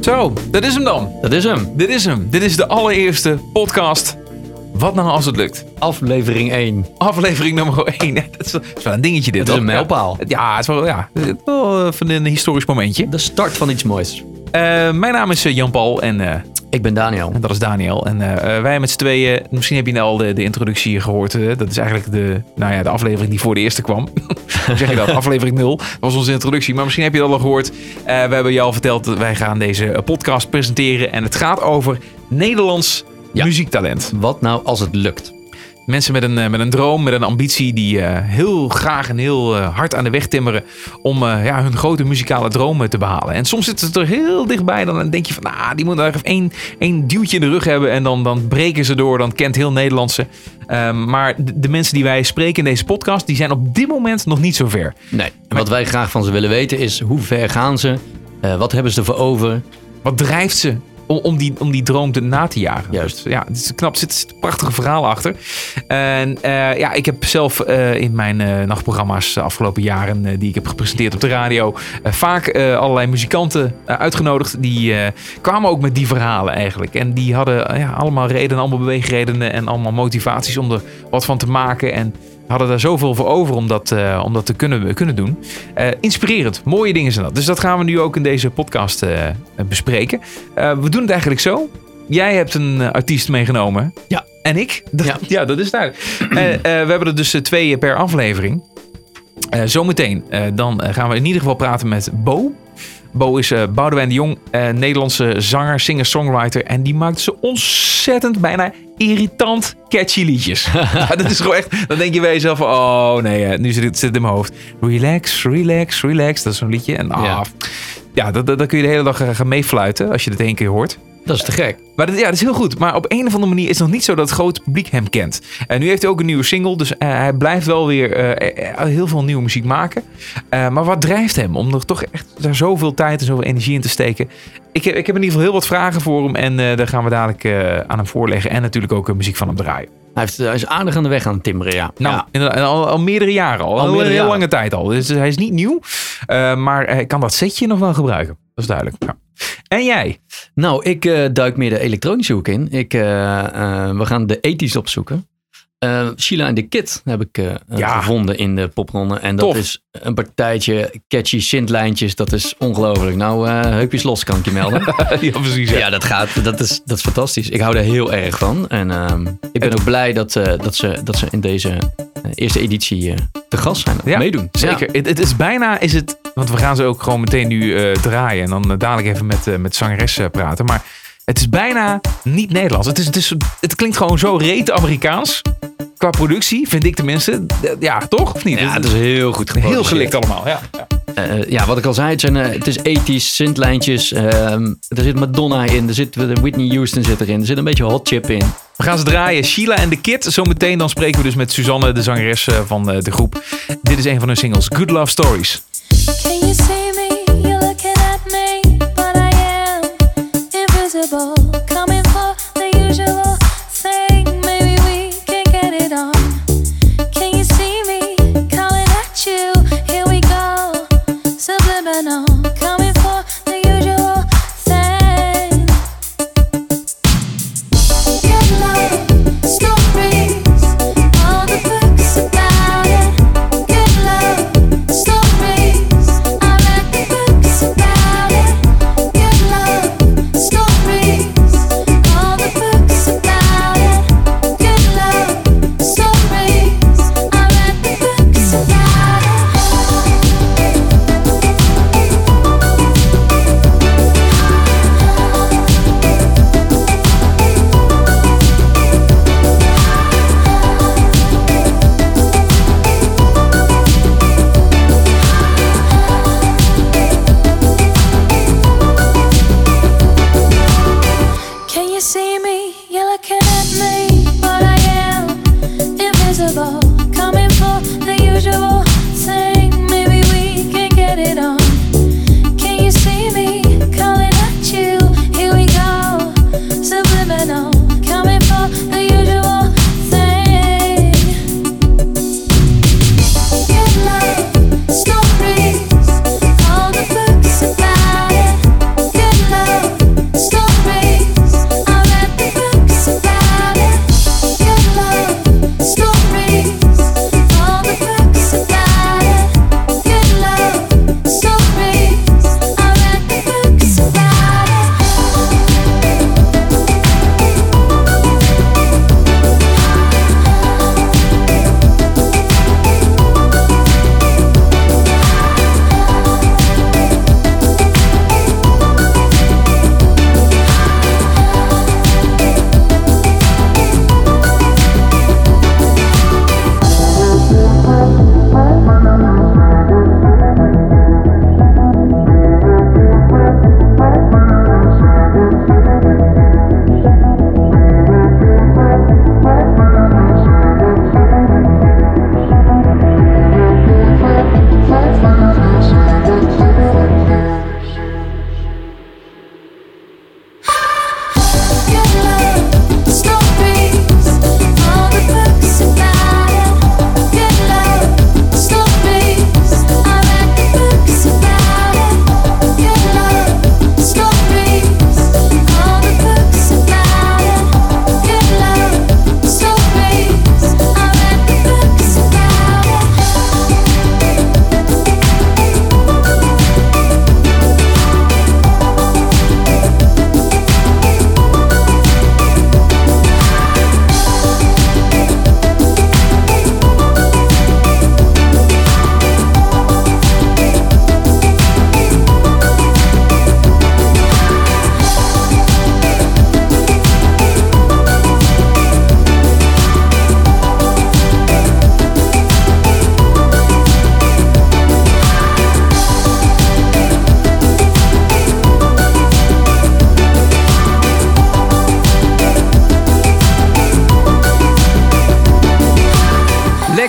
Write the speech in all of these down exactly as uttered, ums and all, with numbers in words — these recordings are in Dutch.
Zo, dat is hem dan. Dat is hem. Dit is hem. Dit is de allereerste podcast. Wat nou als het lukt? Aflevering één. Aflevering nummer één. Dat is wel, dat is wel een dingetje dit. Het is een toch? mijlpaal. Ja, het is wel, ja, het is wel even een historisch momentje. De start van iets moois. Uh, mijn naam is Jan-Paul en... Uh, Ik ben Daniel. En dat is Daniel. En uh, wij met z'n tweeën, misschien heb je al de, de introductie gehoord. Uh, dat is eigenlijk de, nou ja, de aflevering die voor de eerste kwam. Hoe zeg je dat? Aflevering nul. Dat was onze introductie. Maar misschien heb je dat al gehoord. Uh, we hebben je al verteld dat wij gaan deze podcast presenteren. En het gaat over Nederlands ja. muziektalent. Wat nou als het lukt? Mensen met een, met een droom, met een ambitie die uh, heel graag en heel uh, hard aan de weg timmeren om uh, ja, hun grote muzikale dromen te behalen. En soms zitten ze er heel dichtbij. Dan denk je van, ah, die moeten nog even één, één duwtje in de rug hebben en dan, dan breken ze door. Dan kent heel Nederlandse. Uh, maar de, de mensen die wij spreken in deze podcast, die zijn op dit moment nog niet zo ver. Nee, en wat wij graag van ze willen weten is, hoe ver gaan ze? Uh, wat hebben ze ervoor over? Wat drijft ze? Om, om, die, om die droom te na te jagen. Juist. Dus, ja, het is knap. Er zit een prachtige verhaal achter. En uh, ja, ik heb zelf uh, in mijn uh, nachtprogramma's de afgelopen jaren... Uh, die ik heb gepresenteerd op de radio... Uh, vaak uh, allerlei muzikanten uh, uitgenodigd. Die uh, kwamen ook met die verhalen eigenlijk. En die hadden uh, ja, allemaal redenen, allemaal beweegredenen... en allemaal motivaties om er wat van te maken... En hadden daar zoveel voor over om dat, uh, om dat te kunnen, kunnen doen. Uh, inspirerend. Mooie dingen zijn dat. Dus dat gaan we nu ook in deze podcast uh, bespreken. Uh, we doen het eigenlijk zo. Jij hebt een uh, artiest meegenomen. Ja. En ik? Dat, ja. ja, dat is duidelijk. uh, uh, we hebben er dus uh, twee per aflevering. Uh, zometeen uh, dan uh, gaan we in ieder geval praten met Bo. Bo is uh, Boudewijn de Jong, uh, Nederlandse zanger, singer-songwriter. En die maakt zo ontzettend, bijna irritant catchy liedjes. Ja, dat is gewoon echt, dan denk je bij jezelf van, oh nee, uh, nu zit het, zit het in mijn hoofd. Relax, relax, relax. Dat is zo'n liedje. En ah, ja, ja dat, dat, dat kun je de hele dag uh, gaan meefluiten als je het één keer hoort. Dat is te gek. Maar dat, ja, dat is heel goed. Maar op een of andere manier is het nog niet zo dat het grote publiek hem kent. En nu heeft hij ook een nieuwe single. Dus uh, hij blijft wel weer uh, heel veel nieuwe muziek maken. Uh, maar wat drijft hem om er toch echt daar zoveel tijd en zoveel energie in te steken? Ik heb, ik heb in ieder geval heel wat vragen voor hem. En uh, daar gaan we dadelijk uh, aan hem voorleggen. En natuurlijk ook uh, muziek van hem draaien. Hij, heeft, hij is aardig aan de weg aan het timmeren, ja. Nou, ja. Inderdaad, al, al meerdere jaren al. Al een heel jaren. lange tijd al. Dus hij is niet nieuw. Uh, maar hij kan dat setje nog wel gebruiken. Dat is duidelijk. Ja. En jij? Nou, ik uh, duik meer de elektronische hoek in. Ik, uh, uh, we gaan de ethisch opzoeken. Uh, Sheila and the Kid heb ik uh, ja. gevonden in de popronde. En dat Tof. is een partijtje catchy synthlijntjes. Dat is ongelooflijk. Nou, uh, heupjes los kan ik je melden. Ja, precies. Ja, ja dat, gaat, dat, is, dat is fantastisch. Ik hou er heel erg van. En uh, ik ben en... ook blij dat, uh, dat, ze, dat ze in deze uh, eerste editie uh, te gast zijn. Ja, meedoen. Zeker. Het, het is bijna, is het, want we gaan ze ook gewoon meteen nu uh, draaien. En dan uh, dadelijk even met, uh, met zangeres uh, praten. Maar het is bijna niet Nederlands. Het, is, het, is, het klinkt gewoon zo reet Amerikaans. Qua productie, vind ik tenminste. Ja, toch? Of niet? Ja, het is heel goed geproduceerd. Heel gelikt allemaal, ja. Ja, uh, ja wat ik al zei, het, zijn, uh, het is ethisch, synthlijntjes. Uh, er zit Madonna in, er zit Whitney Houston zit erin. Er zit een beetje hot chip in. We gaan ze draaien. Sheila and the Kid. Zometeen dan spreken we dus met Suzanne, de zangeres van uh, de groep. Dit is een van hun singles, Good Love Stories. Can you see me? You're looking at me, but I am invisible. Coming for the usual thing. Maybe we can get it on. Can you see me calling at you? Here we go, subliminal. Coming for the usual thing. Good love stories, all the books about it. Good love stories, I read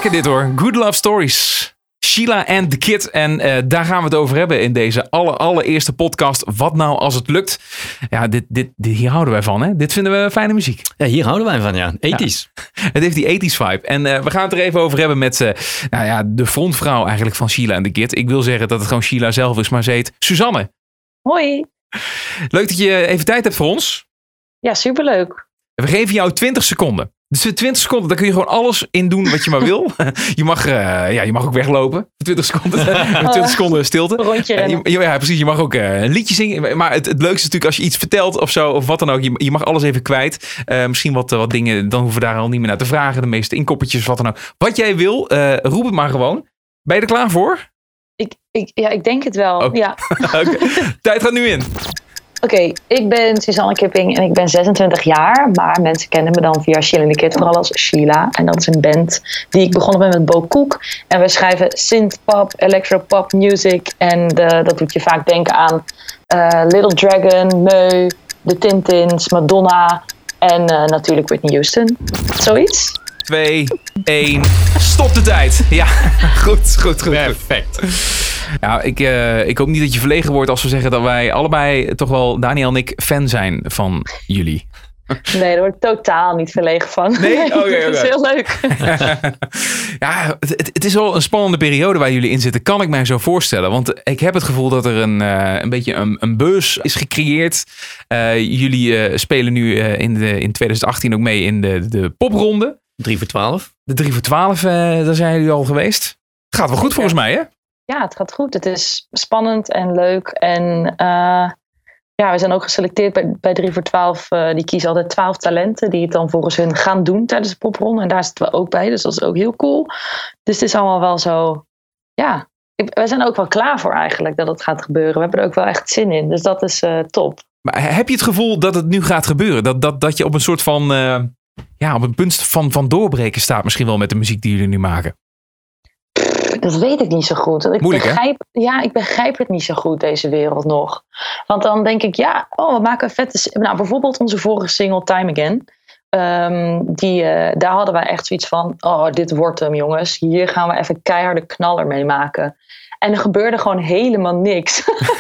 Lekker dit hoor. Good Love Stories. Sheila and the Kid. En uh, daar gaan we het over hebben in deze aller, allereerste podcast. Wat nou als het lukt? Ja, dit, dit, dit, hier houden wij van. Hè? Dit vinden we fijne muziek. Ja, hier houden wij van, ja. Ethisch. Ja. Het heeft die ethisch vibe. En uh, we gaan het er even over hebben met uh, nou ja, de frontvrouw eigenlijk van Sheila and the Kid. Ik wil zeggen dat het gewoon Sheila zelf is, maar ze heet Suzanne. Hoi. Leuk dat je even tijd hebt voor ons. Ja, superleuk. We geven jou twintig seconden. Dus twintig seconden, daar kun je gewoon alles in doen wat je maar wil. Je mag, uh, ja, je mag ook weglopen. Voor twintig seconden. twintig seconden stilte. Een rondje rennen. Uh, ja, precies. Je mag ook uh, een liedje zingen. Maar het, het leukste is natuurlijk als je iets vertelt of zo. Of wat dan ook. Je, je mag alles even kwijt. Uh, misschien wat, wat dingen. Dan hoeven we daar al niet meer naar te vragen. De meeste inkoppertjes of wat dan ook. Wat jij wil, uh, roep het maar gewoon. Ben je er klaar voor? Ik, ik, ja, ik denk het wel. Oh. Ja. Okay. Tijd gaat nu in. Oké, okay, ik ben Suzanne Kipping en ik ben zesentwintig jaar. Maar mensen kennen me dan via Sheila and the Kid vooral als Sheila. En dat is een band die ik begonnen ben met Bo Koek. En we schrijven synth-pop, electro-pop music. En de, dat doet je vaak denken aan uh, Little Dragon, Meu, de Tintins, Madonna en uh, natuurlijk Whitney Houston. Zoiets? twee, één, stop de tijd. Ja, goed, goed, goed. Perfect. Ja, ik, uh, ik hoop niet dat je verlegen wordt als we zeggen dat wij allebei toch wel, Daniel en ik, fan zijn van jullie. Nee, daar word ik totaal niet verlegen van. Nee? Oké, oké. Dat is heel leuk. Ja, het, het is wel een spannende periode waar jullie in zitten, kan ik mij zo voorstellen. Want ik heb het gevoel dat er een, uh, een beetje een, een beurs is gecreëerd. Uh, jullie uh, spelen nu uh, in, de, in twintig achttien ook mee in de, de popronde. drie voor twaalf. De drie voor twaalf, uh, daar zijn jullie al geweest. Het gaat wel goed volgens mij, hè? Ja, het gaat goed. Het is spannend en leuk. En uh, ja, we zijn ook geselecteerd bij, bij drie voor twaalf. Uh, die kiezen altijd twaalf talenten die het dan volgens hun gaan doen tijdens de popronde. En daar zitten we ook bij, dus dat is ook heel cool. Dus het is allemaal wel zo, ja. Ik, wij zijn ook wel klaar voor eigenlijk dat het gaat gebeuren. We hebben er ook wel echt zin in, dus dat is uh, top. Maar heb je het gevoel dat het nu gaat gebeuren? Dat, dat, dat je op een soort van, uh, ja, op een punt van, van doorbreken staat misschien wel met de muziek die jullie nu maken? Dat weet ik niet zo goed. Ik Moeilijk, begrijp, hè? Ja, ik begrijp het niet zo goed, deze wereld nog. Want dan denk ik, ja, oh, we maken vette... Nou, bijvoorbeeld onze vorige single, Time Again. Um, die, uh, daar hadden wij echt zoiets van, oh, dit wordt hem, jongens. Hier gaan we even keiharde knaller mee maken. En er gebeurde gewoon helemaal niks.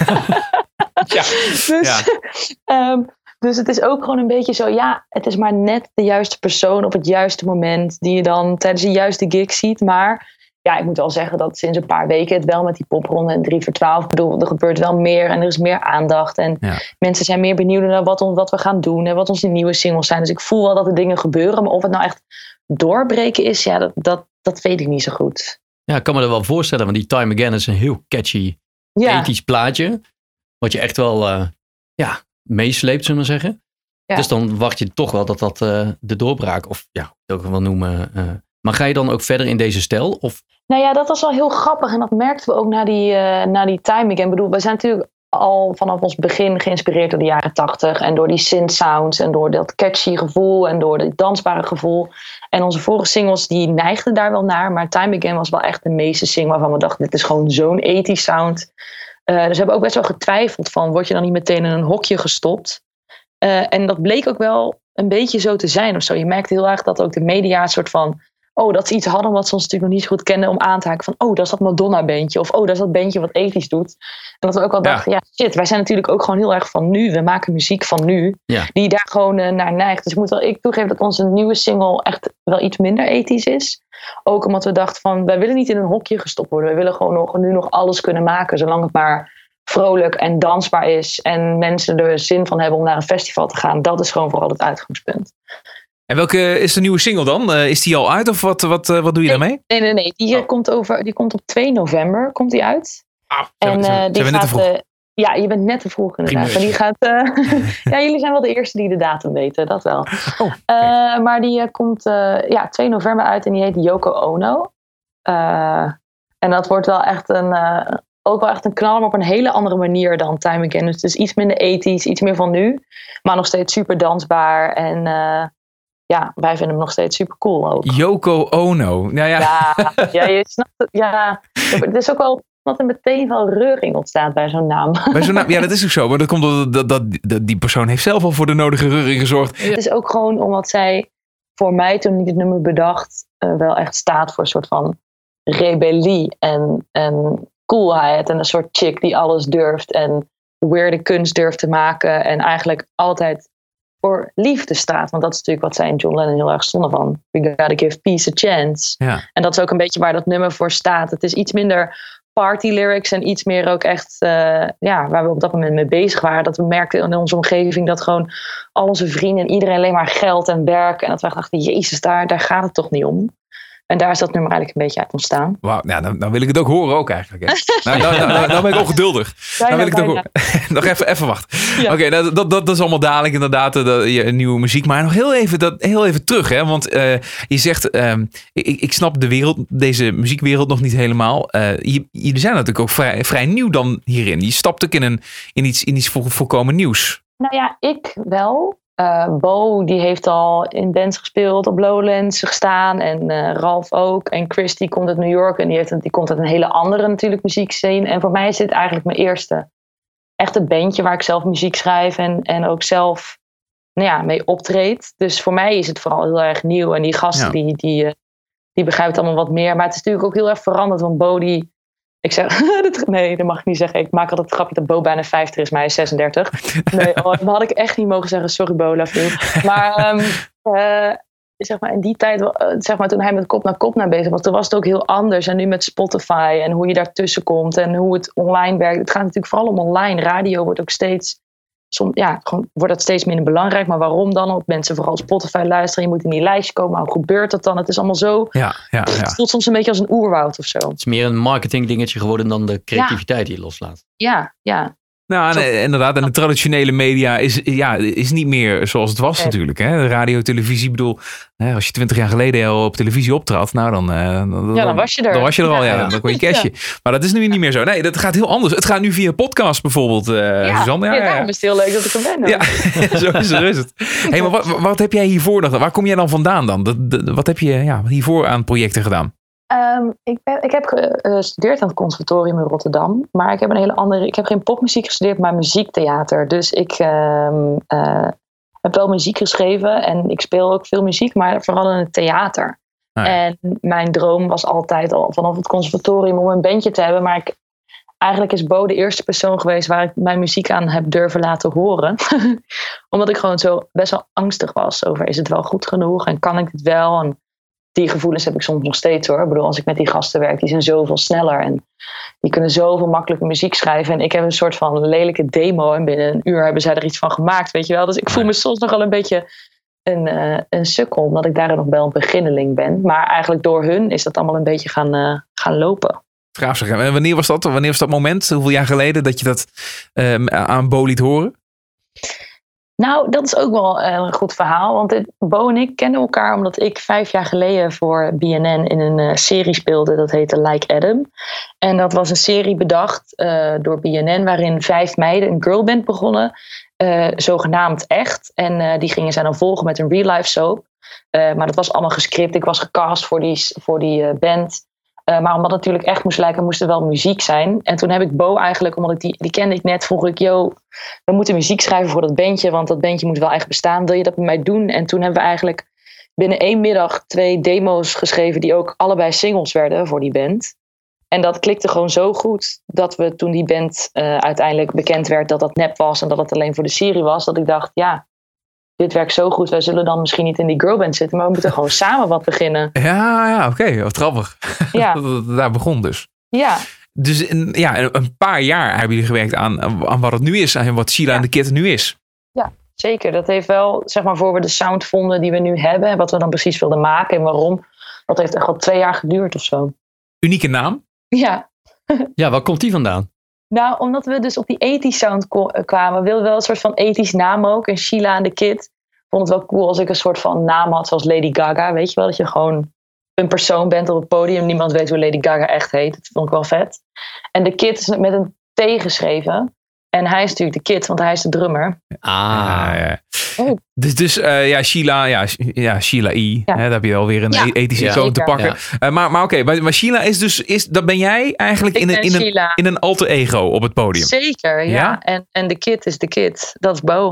Ja. Dus, ja. um, dus het is ook gewoon een beetje zo, ja, het is maar net de juiste persoon op het juiste moment die je dan tijdens de juiste gig ziet. Maar ja, ik moet wel zeggen dat sinds een paar weken het wel met die popronde en drie voor twaalf, ik bedoel, er gebeurt wel meer en er is meer aandacht. En ja. mensen zijn meer benieuwd naar wat, on, wat we gaan doen en wat onze nieuwe singles zijn. Dus ik voel wel dat er dingen gebeuren, maar of het nou echt doorbreken is, ja, dat, dat, dat weet ik niet zo goed. Ja, ik kan me er wel voorstellen, want die Time Again is een heel catchy, Ja. ethisch plaatje. Wat je echt wel uh, ja, meesleept, zullen we maar zeggen. Ja. Dus dan wacht je toch wel dat dat uh, de doorbraak, of ja, hoe je het ook wel noemen. Uh, maar ga je dan ook verder in deze stijl? Of? Nou ja, dat was wel heel grappig en dat merkten we ook na die, uh, na die Time Again. Ik bedoel, we zijn natuurlijk al vanaf ons begin geïnspireerd door de jaren tachtig en door die synth sounds en door dat catchy gevoel en door het dansbare gevoel. En onze vorige singles die neigden daar wel naar, maar Time Again was wel echt de meeste single waarvan we dachten, dit is gewoon zo'n ethisch sound. Uh, dus we hebben ook best wel getwijfeld van, word je dan niet meteen in een hokje gestopt? Uh, en dat bleek ook wel een beetje zo te zijn of zo. Je merkte heel erg dat ook de media een soort van, oh, dat ze iets hadden wat ze ons natuurlijk nog niet zo goed kenden om aan te haken van, oh, dat is dat Madonna-bandje. Of, oh, dat is dat bandje wat ethisch doet. En dat we ook wel dachten, ja. ja, shit, wij zijn natuurlijk ook gewoon heel erg van nu. We maken muziek van nu, ja. die daar gewoon uh, naar neigt. Dus ik moet wel ik toegeven dat onze nieuwe single echt wel iets minder ethisch is. Ook omdat we dachten van, wij willen niet in een hokje gestopt worden. We willen gewoon nog, nu nog alles kunnen maken, zolang het maar vrolijk en dansbaar is. En mensen er zin van hebben om naar een festival te gaan. Dat is gewoon vooral het uitgangspunt. En welke is de nieuwe single dan? Uh, is die al uit of wat, wat, uh, wat doe je nee, daarmee? Nee, nee, nee. Die, oh. komt over, die komt op twee november komt die uit. Ah, en zijn we, uh, die zijn we gaat, net te vroeg? Uh, ja, je bent net te vroeg inderdaad. Maar die gaat, uh, ja, jullie zijn wel de eerste die de datum weten, dat wel. Oh, uh, maar die uh, komt uh, ja, twee november uit en die heet Yoko Ono. Uh, en dat wordt wel echt een, uh, ook wel echt een knal, maar op een hele andere manier dan Time Again. Dus het is iets minder ethisch, iets meer van nu. Maar nog steeds super dansbaar en uh, ja, wij vinden hem nog steeds super cool ook. Yoko Ono. Nou ja. Ja, ja, je snapt het. Ja, het is ook wel dat er meteen wel reuring ontstaat bij zo'n naam. Bij zo'n naam. Ja, dat is ook zo. Maar dat komt omdat dat, dat, dat, die persoon heeft zelf al voor de nodige reuring gezorgd. Het is ook gewoon omdat zij voor mij toen ik het nummer bedacht uh, wel echt staat voor een soort van rebellie en, en coolheid. En een soort chick die alles durft en weirde kunst durft te maken. En eigenlijk altijd voor liefde staat. Want dat is natuurlijk wat zij en John Lennon heel erg stonden van. We gotta give peace a chance. Ja. En dat is ook een beetje waar dat nummer voor staat. Het is iets minder party lyrics en iets meer ook echt, uh, ja, waar we op dat moment mee bezig waren. Dat we merkten in onze omgeving dat gewoon al onze vrienden en iedereen alleen maar geld en werk. En dat we dachten, jezus, daar, daar gaat het toch niet om. En daar is dat nummer eigenlijk een beetje uit ontstaan. Wauw, nou, dan, dan wil ik het ook horen ook eigenlijk. Hè. nou, nou, nou, nou, nou ben ik ongeduldig. Bijna, dan wil ik het ook horen. Nog even, even wachten. Ja. Oké, okay, dat, dat, dat is allemaal dadelijk inderdaad de, je nieuwe muziek. Maar nog heel even, dat, heel even terug. Hè? Want uh, je zegt, um, ik, ik snap de wereld, deze muziekwereld nog niet helemaal. Uh, je, jullie zijn natuurlijk ook vrij, vrij nieuw dan hierin. Je stapt ook in, een, in iets, in iets vol, volkomen nieuws. Nou ja, ik wel. Uh, Bo die heeft al in bands gespeeld, op Lowlands gestaan. En uh, Ralf ook. En Chris die komt uit New York. En die, heeft een, die komt uit een hele andere natuurlijk muziekscene. En voor mij is dit eigenlijk mijn eerste echte bandje waar ik zelf muziek schrijf. En, en ook zelf nou ja, mee optreed. Dus voor mij is het vooral heel erg nieuw. En die gasten ja. die, die, uh, die begrijpen allemaal wat meer. Maar het is natuurlijk ook heel erg veranderd. Want Bo die... Ik zeg, nee, dat mag ik niet zeggen. Ik maak altijd het grapje dat Bo bijna vijftig is, maar hij is zesendertig. Nee, oh, dat had ik echt niet mogen zeggen. Sorry, Bo, love you. Maar, um, uh, zeg maar in die tijd, uh, zeg maar, toen hij met kop naar kop naar bezig was, toen was het ook heel anders. En nu met Spotify en hoe je daartussen komt en hoe het online werkt. Het gaat natuurlijk vooral om online. Radio wordt ook steeds, som, ja, gewoon wordt het steeds minder belangrijk. Maar waarom dan? Omdat mensen vooral Spotify luisteren. Je moet in die lijstje komen. Hoe gebeurt dat dan? Het is allemaal zo. Ja, ja, ja. Het voelt soms een beetje als een oerwoud of zo. Het is meer een marketing dingetje geworden dan de creativiteit ja. die je loslaat. Ja, ja. Nou, en, inderdaad. En de traditionele media is, ja, is niet meer zoals het was nee. natuurlijk. Hè? De radio, televisie. Ik bedoel, hè, als je twintig jaar geleden al op televisie optrad. Nou, dan, dan, ja, dan was je er. Dan was je er al, ja. ja. Dan kon je cashje. Ja. Maar dat is nu niet meer zo. Nee, dat gaat heel anders. Het gaat nu via podcast bijvoorbeeld. Uh, ja, Suzanne. Ja, ja, ja, daarom is het heel leuk dat ik er ben. Ja, zo is, zo is het. Hey, maar wat, wat heb jij hiervoor nog? Waar kom jij dan vandaan dan? Dat, dat, wat heb je ja, hiervoor aan projecten gedaan? Um, ik, ben, ik heb gestudeerd aan het conservatorium in Rotterdam. Maar ik heb een hele andere. Ik heb geen popmuziek gestudeerd, maar muziektheater. Dus ik um, uh, heb wel muziek geschreven en ik speel ook veel muziek, maar vooral in het theater. Ah, ja. En mijn droom was altijd al vanaf het conservatorium om een bandje te hebben. Maar ik, eigenlijk is Bo de eerste persoon geweest waar ik mijn muziek aan heb durven laten horen. Omdat ik gewoon zo best wel angstig was over is het wel goed genoeg en kan ik het wel? En die gevoelens heb ik soms nog steeds hoor. Ik bedoel, als ik met die gasten werk, die zijn zoveel sneller. En die kunnen zoveel makkelijker muziek schrijven. En ik heb een soort van lelijke demo. En binnen een uur hebben zij er iets van gemaakt, weet je wel. Dus ik voel me soms nogal een beetje een, uh, een sukkel. Omdat ik daar nog wel een beginneling ben. Maar eigenlijk door hun is dat allemaal een beetje gaan, uh, gaan lopen. Gaaf zeg. En wanneer was dat? Wanneer was dat moment? Hoeveel jaar geleden dat je dat uh, aan Bo liet horen? Nou, dat is ook wel een goed verhaal. Want dit, Bo en ik kennen elkaar omdat ik vijf jaar geleden voor B N N in een uh, serie speelde. Dat heette Like Adam. En dat was een serie bedacht uh, door B N N waarin vijf meiden een girlband begonnen. Uh, zogenaamd echt. En uh, die gingen zij dan volgen met een real life soap. Uh, maar dat was allemaal gescript. Ik was gecast voor die, voor die uh, band. Uh, maar omdat het natuurlijk echt moest lijken, moest er wel muziek zijn. En toen heb ik Bo eigenlijk, omdat ik die, die kende ik net, vroeg ik, yo, we moeten muziek schrijven voor dat bandje, want dat bandje moet wel echt bestaan. Wil je dat met mij doen? En toen hebben we eigenlijk binnen één middag twee demo's geschreven die ook allebei singles werden voor die band. En dat klikte gewoon zo goed dat we toen die band uh, uiteindelijk bekend werd dat dat nep was en dat het alleen voor de serie was, dat ik dacht, ja, dit werkt zo goed, wij zullen dan misschien niet in die girlband zitten, maar we moeten gewoon samen wat beginnen. Ja, ja, oké, okay. Wat grappig. Ja. Daar begon dus. Ja. Dus in, ja, een paar jaar hebben jullie gewerkt aan, aan wat het nu is, aan wat Sheila en de Kid nu is. Ja, zeker. Dat heeft wel, zeg maar, voor we de sound vonden die we nu hebben en wat we dan precies wilden maken en waarom, dat heeft echt al twee jaar geduurd of zo. Unieke naam? Ja. Ja, waar komt die vandaan? Nou, omdat we dus op die ethisch sound ko- kwamen, wilden we wel een soort van ethisch naam ook. En Sheila en de Kid vond het wel cool als ik een soort van naam had zoals Lady Gaga. Weet je wel, dat je gewoon een persoon bent op het podium. Niemand weet hoe Lady Gaga echt heet. Dat vond ik wel vet. En de Kid is met een T geschreven. En hij is natuurlijk de Kid, want hij is de drummer. Ah, ja. Oh. Dus, dus uh, ja, Sheila, ja, ja, Sheila I. Ja. Hè, daar heb je alweer een ja. ethische icoon ja. te pakken. Ja. Uh, maar maar oké, okay, maar Sheila is dus, is, dat ben jij eigenlijk in een, in, een, in een alter ego op het podium. Zeker, ja. ja? En, en de Kid is de Kid. Dat is Bo.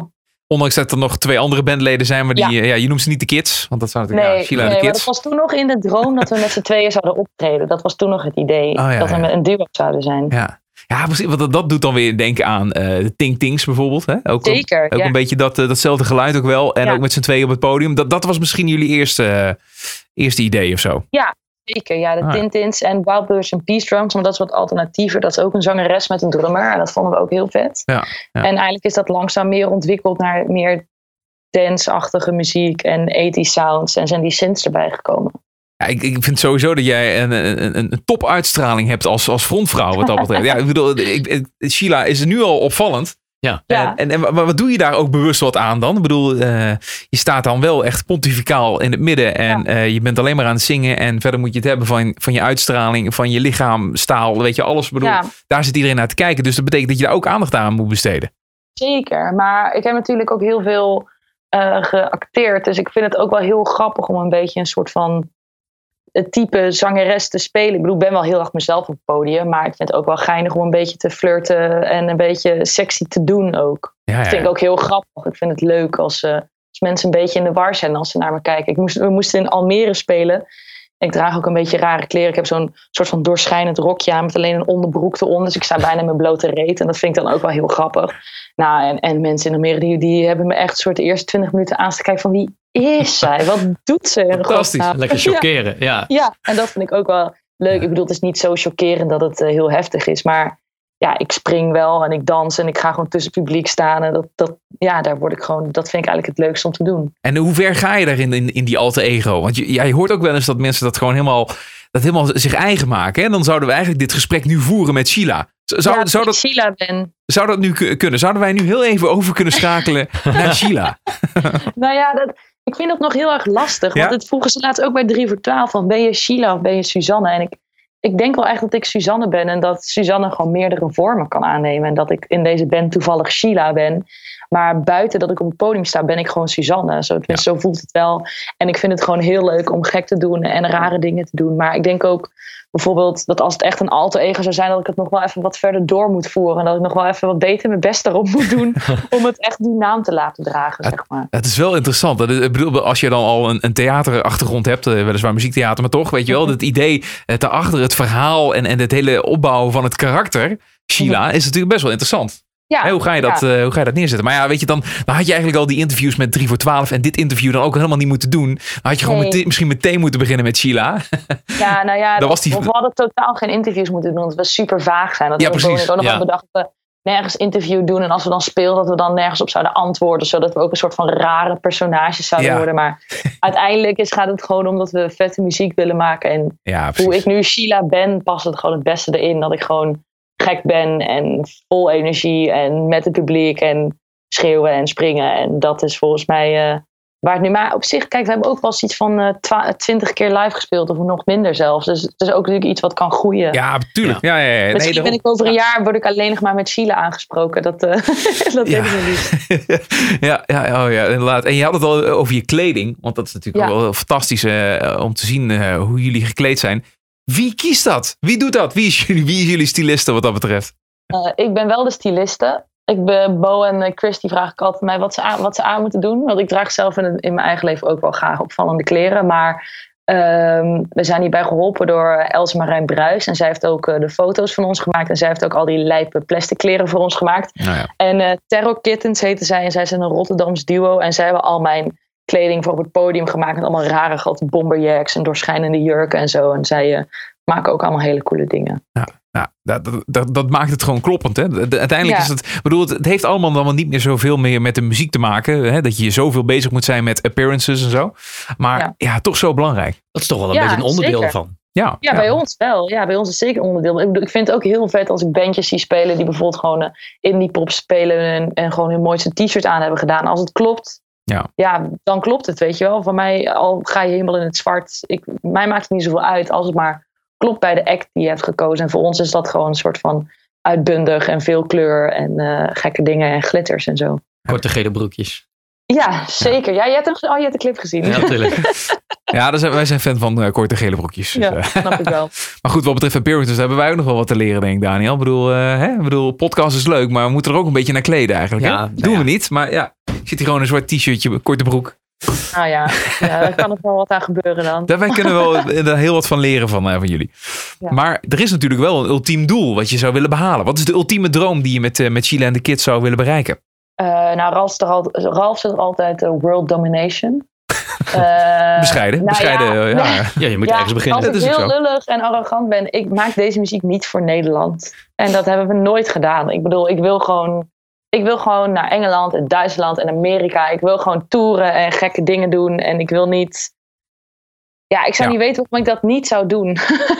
Ondanks dat er nog twee andere bandleden zijn, maar die, ja. ja, je noemt ze niet de Kids. Want dat zou natuurlijk, nee, ja, Sheila nee, en de maar Kids. dat was toen nog in de droom dat we met z'n tweeën zouden optreden. Dat was toen nog het idee. Oh, ja, dat we ja. een duo zouden zijn. Ja, ja precies, want dat, dat doet dan weer denken aan uh, de Ting Tings bijvoorbeeld. Hè? Ook, Zeker, Ook ja. een beetje dat, uh, datzelfde geluid ook wel. En ja. ook met z'n tweeën op het podium. Dat, dat was misschien jullie eerste, uh, eerste idee of zo. Ja, zeker. Ja, de Ah. Tintins en Wild Birds en Peace Drums. Maar dat is wat alternatiever. Dat is ook een zangeres met een drummer. En dat vonden we ook heel vet. Ja, ja. En eigenlijk is dat langzaam meer ontwikkeld naar meer dance-achtige muziek en eighties sounds. En zijn die synths erbij gekomen. Ja, ik, ik vind sowieso dat jij een, een, een top uitstraling hebt als, als frontvrouw wat dat betreft. Ja, ik bedoel, ik, ik, Sheila is nu al opvallend. Ja. Ja. En, en, en wat doe je daar ook bewust wat aan dan? Ik bedoel, uh, je staat dan wel echt pontificaal in het midden. En Ja. uh, je bent alleen maar aan het zingen. En verder moet je het hebben van, van je uitstraling, van je lichaamstaal. Weet je, alles. Ik bedoel, Ja. daar zit iedereen naar te kijken. Dus dat betekent dat je daar ook aandacht aan moet besteden. Zeker. Maar ik heb natuurlijk ook heel veel uh, geacteerd. Dus ik vind het ook wel heel grappig om een beetje een soort van het type zangeres te spelen. Ik bedoel, ik ben wel heel erg mezelf op het podium. Maar ik vind het ook wel geinig om een beetje te flirten en een beetje sexy te doen ook. Ja, ja, Dat vind ik ook heel grappig. Ik vind het leuk als, uh, als mensen een beetje in de war zijn als ze naar me kijken. Ik moest, we moesten in Almere spelen. Ik draag ook een beetje rare kleren. Ik heb zo'n soort van doorschijnend rokje aan met alleen een onderbroek eronder. Dus ik sta bijna in mijn blote reet. En dat vind ik dan ook wel heel grappig. Nou, en, en mensen in Almere die, die hebben me echt een soort de eerste twintig minuten aan te kijken van wie is zij? Wat doet ze? Fantastisch. Lekker chockeren. Ja. Ja. ja, en dat vind ik ook wel leuk. Ik bedoel, het is niet zo chockerend dat het uh, heel heftig is. Maar ja, ik spring wel en ik dans en ik ga gewoon tussen het publiek staan. En dat, dat, ja, daar word ik gewoon, dat vind ik eigenlijk het leukste om te doen. En hoe ver ga je daarin in, in die alter ego? Want je, ja, je hoort ook wel eens dat mensen dat gewoon helemaal, dat helemaal zich eigen maken. Hè? En dan zouden we eigenlijk dit gesprek nu voeren met Sheila. Zou, ja, zou, dat, Sheila ben. zou dat nu kunnen? Zouden wij nu heel even over kunnen schakelen naar Sheila? Nou ja, dat, ik vind dat nog heel erg lastig. Ja? Want het vroegen ze laatst ook bij drie voor twaalf van ben je Sheila of ben je Suzanne? En ik, ik denk wel echt dat ik Suzanne ben en dat Suzanne gewoon meerdere vormen kan aannemen. En dat ik in deze band toevallig Sheila ben. Maar buiten dat ik op het podium sta, ben ik gewoon Suzanne. Zo, ja. zo voelt het wel. En ik vind het gewoon heel leuk om gek te doen en rare dingen te doen. Maar ik denk ook bijvoorbeeld dat als het echt een alter ego zou zijn, dat ik het nog wel even wat verder door moet voeren. En dat ik nog wel even wat beter mijn best daarop moet doen om het echt die naam te laten dragen, zeg maar. Het is wel interessant. Ik bedoel, als je dan al een, een theaterachtergrond hebt, weliswaar muziektheater, maar toch, weet je wel, het idee daarachter, het verhaal en, en het hele opbouwen van het karakter, Sheila, is natuurlijk best wel interessant. Ja, Hey, hoe, ga je dat, ja. uh, hoe ga je dat neerzetten? Maar ja, weet je, dan, dan had je eigenlijk al die interviews met drie voor twaalf en dit interview dan ook helemaal niet moeten doen. Dan had je gewoon Nee. meteen, misschien meteen moeten beginnen met Sheila. Ja, nou ja, Dan was die- we hadden totaal geen interviews moeten doen, want we super vaag zijn. Dat Ja, we precies. gewoon ook nog Ja. wel bedacht dat we nergens interview doen. En als we dan spelen, dat we dan nergens op zouden antwoorden. Zodat we ook een soort van rare personages zouden Ja. worden. Maar uiteindelijk is, gaat het gewoon om dat we vette muziek willen maken. En Ja, hoe precies. ik nu Sheila ben, past het gewoon het beste erin. Dat ik gewoon gek ben en vol energie en met het publiek en schreeuwen en springen. En dat is volgens mij uh, waar het nu maar op zich... Kijk, we hebben ook wel eens iets van uh, twintig keer live gespeeld of nog minder zelfs. Dus het is ook natuurlijk iets wat kan groeien. Ja, tuurlijk. Ja, ja, ja. Misschien Nee, ben ik over een jaar word ik alleen nog maar met Sheila aangesproken. Dat, uh, dat Ja. weet ik nog niet. ja, ja, oh ja, inderdaad. En je had het al over je kleding. Want dat is natuurlijk Ja. wel fantastisch uh, om te zien uh, hoe jullie gekleed zijn. Wie kiest dat? Wie doet dat? Wie is jullie, wie is jullie styliste wat dat betreft? Uh, ik ben wel de styliste. Ik ben Bo en Chris, die vragen ik altijd mij wat ze, aan, wat ze aan moeten doen. Want ik draag zelf in, in mijn eigen leven ook wel graag opvallende kleren. Maar um, we zijn hierbij geholpen door Else Marijn Bruis. En zij heeft ook uh, de foto's van ons gemaakt. En zij heeft ook al die lijpe plastic kleren voor ons gemaakt. Nou ja. En uh, Terror Kittens heten zij. En zij zijn een Rotterdams duo. En zij hebben al mijn kleding voor op het podium gemaakt. Met allemaal rare grote bomberjacks en doorschijnende jurken en zo. En zij uh, maken ook allemaal hele coole dingen. Ja. Nou, dat, dat, dat maakt het gewoon kloppend. Hè? De, uiteindelijk Ja. is het... bedoel, het, het heeft allemaal dan wel niet meer zoveel meer met de muziek te maken. Hè? Dat je zoveel bezig moet zijn met appearances en zo. Maar ja, Ja. ja toch zo belangrijk. Dat is toch wel een Ja, beetje een onderdeel zeker. van. Ja, Ja, bij ons wel. Ja, bij ons is het zeker onderdeel. Ik, bedoel, ik vind het ook heel vet als ik bandjes zie spelen die bijvoorbeeld gewoon uh, indie pop spelen en, en gewoon hun mooiste t-shirt aan hebben gedaan. Als het klopt, Ja. ja, dan klopt het, weet je wel. Van mij, al ga je helemaal in het zwart. Ik, mij maakt het niet zoveel uit als het maar klopt bij de act die je hebt gekozen. En voor ons is dat gewoon een soort van uitbundig en veel kleur en uh, gekke dingen en glitters en zo. Korte gele broekjes. Ja, zeker. Ja, je hebt, een, oh, je hebt de clip gezien. Ja, natuurlijk. Ja, daar zijn, wij zijn fan van uh, korte gele broekjes. Dus, Ja, uh, snap ik wel. maar goed, wat betreft appearances hebben wij ook nog wel wat te leren, denk ik, Daniel. Ik bedoel, uh, hè? Ik bedoel, podcast is leuk, maar we moeten er ook een beetje naar kleden eigenlijk. Ja, hè? nou Doen ja. we niet, maar ja. Zit hier gewoon een zwart t-shirtje, korte broek. Nou ja, ja, daar kan er wel wat aan gebeuren dan. Daar wij kunnen wel er heel wat van leren van, van jullie. Ja. Maar er is natuurlijk wel een ultiem doel wat je zou willen behalen. Wat is de ultieme droom die je met, uh, met Sheila and the Kids zou willen bereiken? Uh, nou, Ralf zit er, al, Ralf zit er altijd uh, world domination. Uh, bescheiden, nou bescheiden. Ja, ja. Ja, ja, je moet ja, ergens beginnen. Als ik Dat is ook heel zo. lullig en arrogant ben, ik maak deze muziek niet voor Nederland. En dat hebben we nooit gedaan. Ik bedoel, ik wil gewoon, ik wil gewoon naar Engeland en Duitsland en Amerika. Ik wil gewoon toeren en gekke dingen doen. En ik wil niet... Ja, ik zou Ja. niet weten waarom ik dat niet zou doen.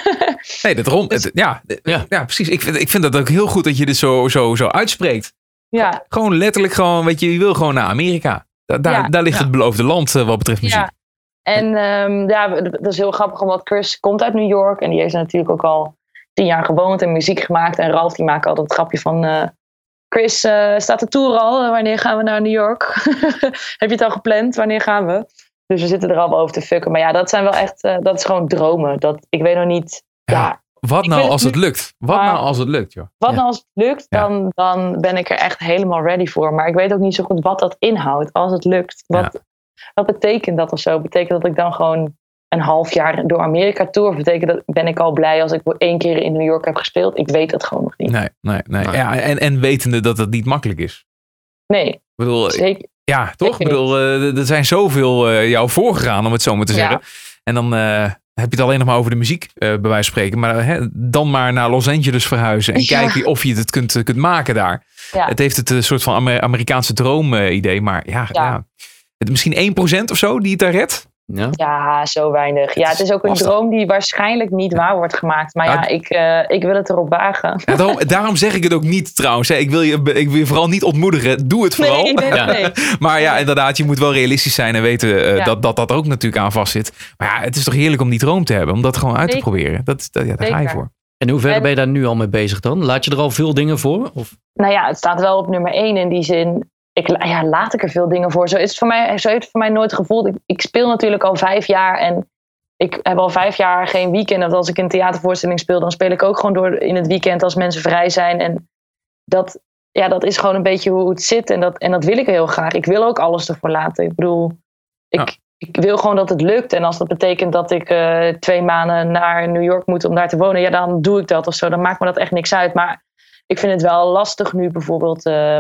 Nee, dat rond. Het, ja, ja. Ja. precies. Ik vind, ik vind dat ook heel goed dat je dit zo, zo, zo uitspreekt. Ja, Gewoon letterlijk gewoon, weet je, je wil gewoon naar Amerika. Da- daar, Ja. daar ligt Ja. het beloofde land uh, wat betreft muziek. ja. En um, ja, dat is heel grappig, omdat Chris komt uit New York. En die heeft er natuurlijk ook al tien jaar gewoond en muziek gemaakt. En Ralf die maakt altijd het grapje van... Uh, Chris, uh, staat de tour al? Wanneer gaan we naar New York? Heb je het al gepland? Wanneer gaan we? Dus we zitten er al over te fucken. Maar ja, dat zijn wel echt... Uh, dat is gewoon dromen. Dat, ik weet nog niet... Ja. Ja, Wat Ik nou weet als het het lukt? Wat maar- nou als het lukt, joh? wat Ja. nou als het lukt, Ja. dan, dan ben ik er echt helemaal ready voor. Maar ik weet ook niet zo goed wat dat inhoudt. Als het lukt. Wat, wat betekent dat of zo? Betekent dat ik dan gewoon een half jaar door Amerika tour? Of betekent dat, ben ik al blij als ik één keer in New York heb gespeeld? Ik weet het gewoon nog niet. Nee, nee, nee. Nee. Ja, en, en wetende dat het niet makkelijk is. Nee, Ik bedoel, zeker. ja, toch? Ik Zeker bedoel, uh, er zijn zoveel uh, jou voorgegaan, om het zo maar te Ja. zeggen. En dan uh, heb je het alleen nog maar over de muziek, uh, bij wijze van spreken. Maar uh, hè, dan maar naar Los Angeles verhuizen en Ja. kijken of je het kunt, kunt maken daar. Ja. Het heeft het een soort van Amer- Amerikaanse droom uh, idee. Maar ja, ja. Ja. Het, misschien één procent of zo die het daar redt. Ja. Ja, zo weinig. Ja, het is ook een Lastig. droom die waarschijnlijk niet waar wordt gemaakt. Maar Ja, ja, ik, uh, ik wil het erop wagen. Ja, daarom, daarom zeg ik het ook niet trouwens. Hè. Ik, wil je, ik wil je vooral niet ontmoedigen. Doe het vooral. Nee, nee, Ja. nee. Maar ja, inderdaad, je moet wel realistisch zijn en weten uh, Ja. dat, dat dat er ook natuurlijk aan vast zit. Maar ja, het is toch heerlijk om die droom te hebben. Om dat gewoon uit te Zeker. proberen. Dat, dat, ja, daar ga je Zeker. voor. En hoe ver En- ben je daar nu al mee bezig dan? Laat je er al veel dingen voor? Of? Nou ja, het staat wel op nummer één in die zin. Ik, ja, laat ik er veel dingen voor. Zo, is het voor mij, zo heeft het voor mij nooit gevoeld. Ik, ik speel natuurlijk al vijf jaar en ik heb al vijf jaar geen weekend. Of als ik een theatervoorstelling speel, dan speel ik ook gewoon door in het weekend als mensen vrij zijn. En dat, ja, dat is gewoon een beetje hoe het zit. En dat, en dat wil ik heel graag. Ik wil ook alles ervoor laten. Ik bedoel, ik, Ja. ik wil gewoon dat het lukt. En als dat betekent dat ik uh, twee maanden naar New York moet om daar te wonen, ja, dan doe ik dat of zo. Dan maakt me dat echt niks uit. Maar ik vind het wel lastig nu bijvoorbeeld. Uh,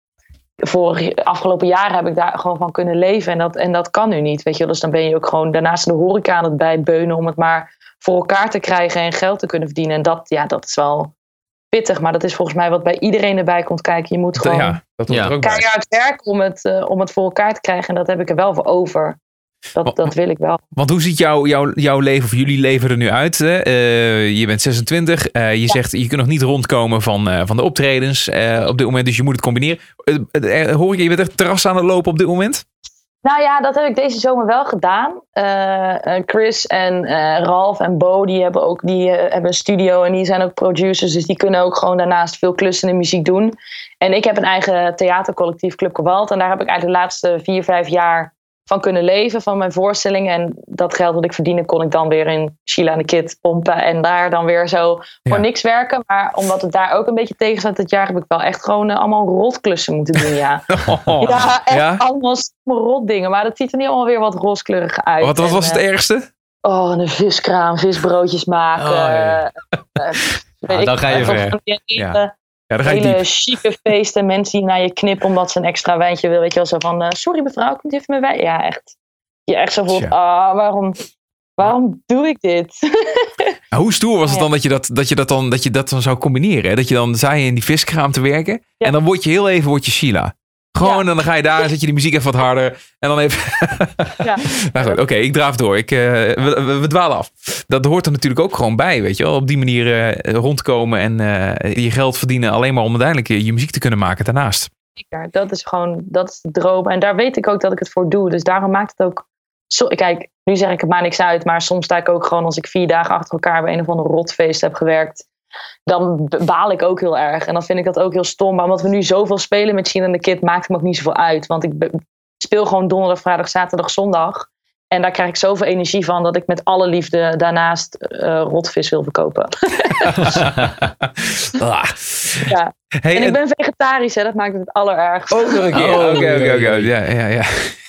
Vorig, afgelopen jaren heb ik daar gewoon van kunnen leven. En dat, en dat kan nu niet. Weet je wel. Dus dan ben je ook gewoon daarnaast de horeca aan het bijbeunen om het maar voor elkaar te krijgen en geld te kunnen verdienen. En dat, ja, dat is wel pittig. Maar dat is volgens mij wat bij iedereen erbij komt kijken. Je moet gewoon Ja, dat hoort Ja. er ook bij. keihard werken om het, uh, om het voor elkaar te krijgen. En dat heb ik er wel voor over. Dat, dat wil ik wel. Want hoe ziet jouw, jouw, jouw leven of jullie leven er nu uit? Hè? Uh, je bent zesentwintig. Uh, je ja. zegt je kunt nog niet rondkomen van, uh, van de optredens uh, op dit moment. Dus je moet het combineren. Uh, uh, hoor ik, je bent echt terras aan het lopen op dit moment? Nou ja, dat heb ik deze zomer wel gedaan. Uh, Chris en uh, Ralf en Bo, die hebben ook die, uh, hebben een studio en die zijn ook producers. Dus die kunnen ook gewoon daarnaast veel klussen in muziek doen. En ik heb een eigen theatercollectief, Club Gewalt. En daar heb ik eigenlijk de laatste vier, vijf jaar van kunnen leven, van mijn voorstellingen. En dat geld dat ik verdiende, kon ik dan weer in Sheila and the Kids pompen. En daar dan weer zo voor Ja. niks werken. Maar omdat het daar ook een beetje tegen zat dit jaar, heb ik wel echt gewoon uh, allemaal rotklussen moeten doen, ja. Oh, Ja, echt ja? allemaal stomme rotdingen. Maar dat ziet er niet allemaal weer wat rooskleuriger uit. Wat, wat En, was het uh, ergste? Oh, een viskraam, visbroodjes maken. Oh, ja. uh, uh, weet Ah, ik dan ga je veel, ver. van die hele, Ja. Ja, daar ga ik hele diep. chique feesten. Mensen die naar je knippen omdat ze een extra wijntje willen. Weet je wel, zo van, uh, sorry mevrouw, komt u even mijn wijn? Ja, echt. Je echt zo voelt, ah, waarom, waarom doe ik dit? Nou, hoe stoer was het Ja. dan dat je dat, dat, je dat dan dat je dat dan zou combineren? Hè? Dat je dan zei je in die viskraam te werken. Ja. En dan word je heel even word je Sheila. Gewoon, Ja. en dan ga je daar, zet je die muziek even wat harder. En dan even... Ja. Nou goed, oké, okay, ik draaf door. Ik, uh, we, we, we dwalen af. Dat hoort er natuurlijk ook gewoon bij, weet je wel. Op die manier uh, rondkomen en uh, je geld verdienen. Alleen maar om uiteindelijk je muziek te kunnen maken daarnaast. Zeker, dat is gewoon, dat is de droom. En daar weet ik ook dat ik het voor doe. Dus daarom maakt het ook... So, kijk, nu zeg ik het maar niks uit. Maar soms sta ik ook gewoon als ik vier dagen achter elkaar bij een of ander rotfeest heb gewerkt. Dan baal ik ook heel erg. En dan vind ik dat ook heel stom. Maar omdat we nu zoveel spelen met Sheila and the Kids, maakt het me ook niet zoveel uit. Want ik be- speel gewoon donderdag, vrijdag, zaterdag, zondag. En daar krijg ik zoveel energie van dat ik met alle liefde daarnaast uh, rotvis wil verkopen. ah. Ja. Hey, en ik ben vegetarisch, hè, dat maakt het het allerergste. Ook nog een keer. Oké, oké, oké. Ja, ja, ja.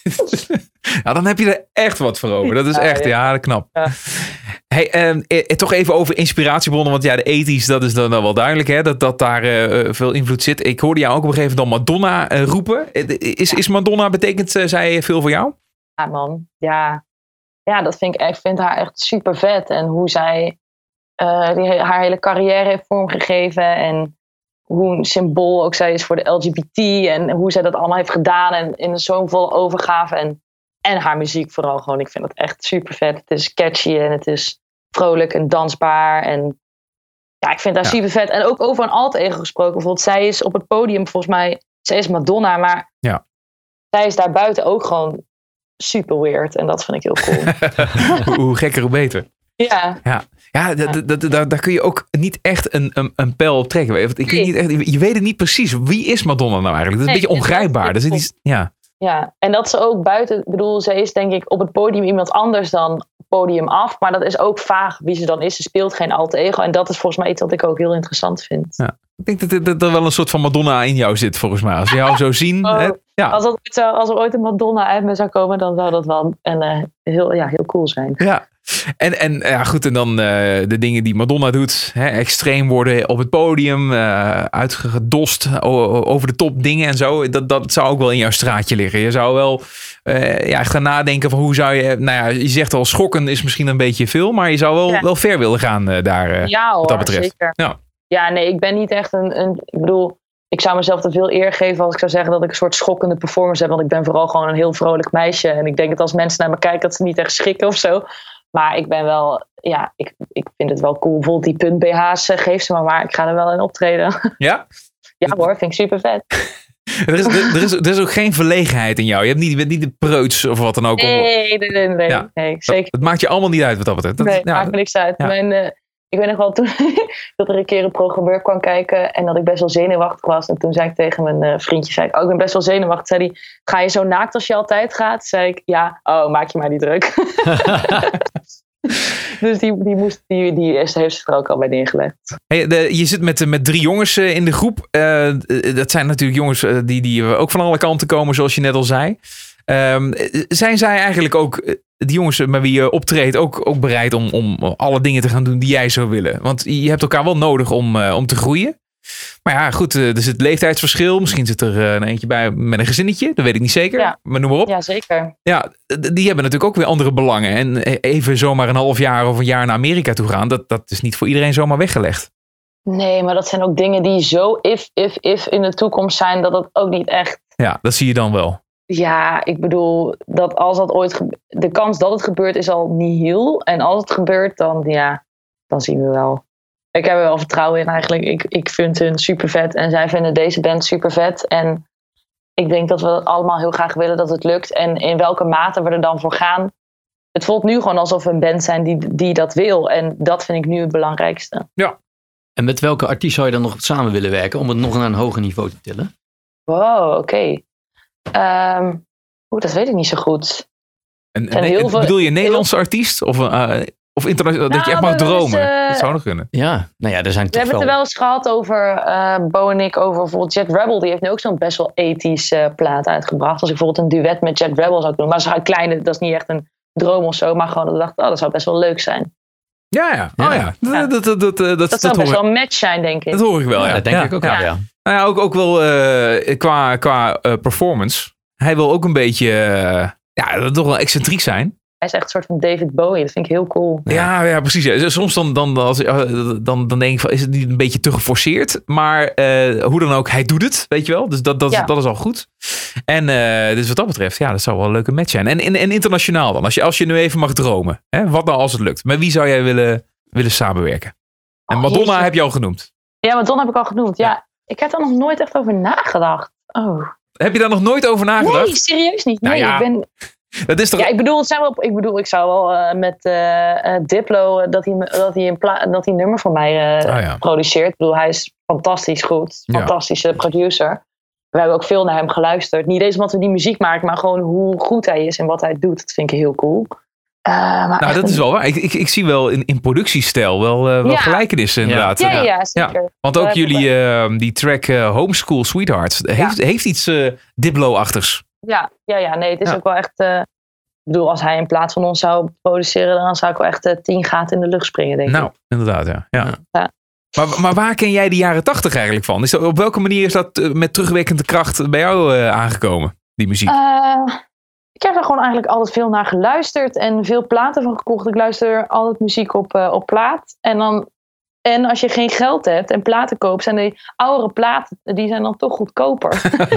Nou, dan heb je er echt wat voor over. Dat is ja, echt, ja, ja knap. Ja. Hey, eh, eh, toch even over inspiratiebronnen. Want ja, de ethisch, dat is dan wel duidelijk. Hè, dat, dat daar uh, veel invloed zit. Ik hoorde jou ook op een gegeven moment Madonna uh, roepen. Is, is Madonna, betekent uh, zij veel voor jou? Ja, man. Ja, ja dat vind ik, ik vind haar echt super vet. En hoe zij uh, die, haar hele carrière heeft vormgegeven. En hoe een symbool ook zij is voor de L G B T. En hoe zij dat allemaal heeft gedaan. En in zo'n volle overgave. En, en haar muziek vooral gewoon. Ik vind het echt super vet. Het is catchy en het is vrolijk en dansbaar. En ja, ik vind haar ja. super vet. En ook over een alter ego gesproken. Bijvoorbeeld, zij is op het podium volgens mij. Zij is Madonna, maar ja. zij is daar buiten ook gewoon super weird. En dat vind ik heel cool. hoe, hoe gekker, hoe beter. Ja. Ja, ja, d- d- d- d- daar kun je ook niet echt een, een, een pijl op trekken. Want ik weet niet echt, je weet het niet precies. Wie is Madonna nou eigenlijk? Dat is nee, een beetje ongrijpbaar. Dat is iets, ja. ja, en dat ze ook buiten... Ik bedoel, ze is denk ik op het podium iemand anders dan podium af. Maar dat is ook vaag wie ze dan is. Ze speelt geen alter ego. En dat is volgens mij iets wat ik ook heel interessant vind. Ja. Ik denk dat, dat, dat er wel een soort van Madonna in jou zit, volgens mij. Als je jou zo zien... Oh, hè? Ja. Als, er, als er ooit een Madonna uit me zou komen, dan zou dat wel en, uh, heel, ja, heel cool zijn. Ja, en, en ja, goed, en dan uh, de dingen die Madonna doet. Hè, extreem worden op het podium, uh, uitgedost o- over de top dingen en zo. Dat, dat zou ook wel in jouw straatje liggen. Je zou wel uh, ja, echt gaan nadenken van hoe zou je... Nou ja, je zegt al, schokken is misschien een beetje veel, maar je zou wel, ja. wel ver willen gaan uh, daar uh, ja, hoor, wat dat betreft. Zeker. Ja. ja, nee, ik ben niet echt een... een ik bedoel... Ik zou mezelf te veel eer geven als ik zou zeggen dat ik een soort schokkende performance heb. Want ik ben vooral gewoon een heel vrolijk meisje. En ik denk dat als mensen naar me kijken dat ze niet echt schrikken of zo. Maar ik ben wel, ja, ik, ik vind het wel cool. Bijvoorbeeld die punt B H's, geef ze maar maar. Ik ga er wel in optreden. Ja? Ja hoor, vind ik super vet. Er is, er, is, er is ook geen verlegenheid in jou. Je, hebt niet, je bent niet de preuts of wat dan ook. Nee, nee, nee, nee, ja. nee zeker. Het maakt je allemaal niet uit wat dat betreft. Dat, nee, ja, maakt me niks uit. Ja. Mijn... Uh, Ik weet nog wel toen dat er een keer een programmeur kwam kijken en dat ik best wel zenuwachtig was. En toen zei ik tegen mijn uh, vriendje, zei ik, oh, ik ben best wel zenuwachtig. Zei hij, ga je zo naakt als je altijd gaat? Zei ik, ja. Oh, maak je maar niet druk. Dus die, die, moest, die, die heeft zich er ook al bij neergelegd. Hey, de, je zit met, met drie jongens uh, in de groep. Uh, dat zijn natuurlijk jongens uh, die, die ook van alle kanten komen, zoals je net al zei. Um, zijn zij eigenlijk ook, die jongens met wie je optreedt, ook, ook bereid om, om alle dingen te gaan doen die jij zou willen? Want je hebt elkaar wel nodig om, uh, om te groeien. Maar ja, goed, uh, er zit leeftijdsverschil. Misschien zit er uh, een eentje bij met een gezinnetje. Dat weet ik niet zeker. Ja. Maar noem maar op. Ja, zeker. Ja, die hebben natuurlijk ook weer andere belangen. En even zomaar een half jaar of een jaar naar Amerika toe gaan, dat, dat is niet voor iedereen zomaar weggelegd. Nee, maar dat zijn ook dingen die zo if, if, if in de toekomst zijn, dat het ook niet echt... Ja, dat zie je dan wel. Ja, ik bedoel, dat als dat ooit gebe- de kans dat het gebeurt is al nihil. En als het gebeurt, dan ja, dan zien we wel. Ik heb er wel vertrouwen in eigenlijk. Ik, ik vind hun super vet en zij vinden deze band super vet. En ik denk dat we allemaal heel graag willen dat het lukt. En in welke mate we er dan voor gaan. Het voelt nu gewoon alsof we een band zijn die, die dat wil. En dat vind ik nu het belangrijkste. Ja. En met welke artiest zou je dan nog samen willen werken om het nog naar een hoger niveau te tillen? Wow, oké. Okay. Um, Oeh, dat weet ik niet zo goed. En, en, heel en, veel, bedoel je een Nederlandse heel... artiest? Of, uh, of internationaal? Nou, dat je echt mag dromen? Eens, uh, dat zou nog kunnen. Ja, nou ja, er zijn we toch hebben wel... het er wel eens gehad over uh, Bo en ik, over bijvoorbeeld Jet Rebel. Die heeft nu ook zo'n best wel ethische uh, plaat uitgebracht. Als ik bijvoorbeeld een duet met Jet Rebel zou doen. Maar dat is een kleine, dat is niet echt een droom of zo. Maar gewoon dat ik dacht, oh, dat zou best wel leuk zijn. Ja, ja. Oh, ja. ja. Dat, dat, dat, dat, dat, dat zou dat best wel een match zijn, denk ik. Dat hoor ik wel, ja. ja dat denk ja. ik ook ja. wel, ja. Nou ja, ook, ook wel uh, qua, qua uh, performance. Hij wil ook een beetje, uh, ja, toch wel excentriek zijn. Hij is echt een soort van David Bowie. Dat vind ik heel cool. Ja, ja precies. Ja. Soms dan, dan, als, dan, dan denk ik van, is het niet een beetje te geforceerd? Maar uh, hoe dan ook, hij doet het, weet je wel. Dus dat, dat, ja. dat is al goed. En uh, dus wat dat betreft, ja, dat zou wel een leuke match zijn. En, en, en internationaal dan, als je, als je nu even mag dromen. Hè? Wat nou als het lukt? Met wie zou jij willen, willen samenwerken? En oh, Madonna jeetje. heb je al genoemd. Ja, Madonna heb ik al genoemd. Ja, ja. Ik heb daar nog nooit echt over nagedacht. Oh. Heb je daar nog nooit over nagedacht? Nee, serieus niet. Nee, nou ja. ik ben... Dat is toch... Ja, ik bedoel, het zijn wel, ik bedoel, ik zou wel uh, met uh, uh, Diplo uh, dat hij dat hij een pla- dat hij een nummer voor mij uh, oh, ja. produceert. Ik bedoel, hij is fantastisch goed, fantastische ja. producer. We hebben ook veel naar hem geluisterd. Niet eens omdat we die muziek maken, maar gewoon hoe goed hij is en wat hij doet. Dat vind ik heel cool. Uh, maar nou, dat een... is wel waar. Ik, ik, ik zie wel in, in productiestijl wel, uh, wel ja. gelijkenissen inderdaad. Ja, ja, ja zeker. Ja. Want ook uh, jullie, uh, die track uh, Homeschool Sweethearts, ja. heeft, heeft iets uh, Diplo-achtigs. Ja, ja, ja, nee, het is ja. ook wel echt... Uh, ik bedoel, als hij in plaats van ons zou produceren, dan zou ik wel echt uh, tien gaten in de lucht springen, denk nou, ik. Nou, inderdaad, ja. ja. ja. Maar, maar waar ken jij de jaren tachtig eigenlijk van? Is dat, op welke manier is dat uh, met terugwerkende kracht bij jou uh, aangekomen, die muziek? Uh, ik heb er gewoon eigenlijk altijd veel naar geluisterd en veel platen van gekocht. Ik luister altijd muziek op, uh, op plaat. En, dan, en als je geen geld hebt en platen koopt, zijn die oudere platen, die zijn dan toch goedkoper.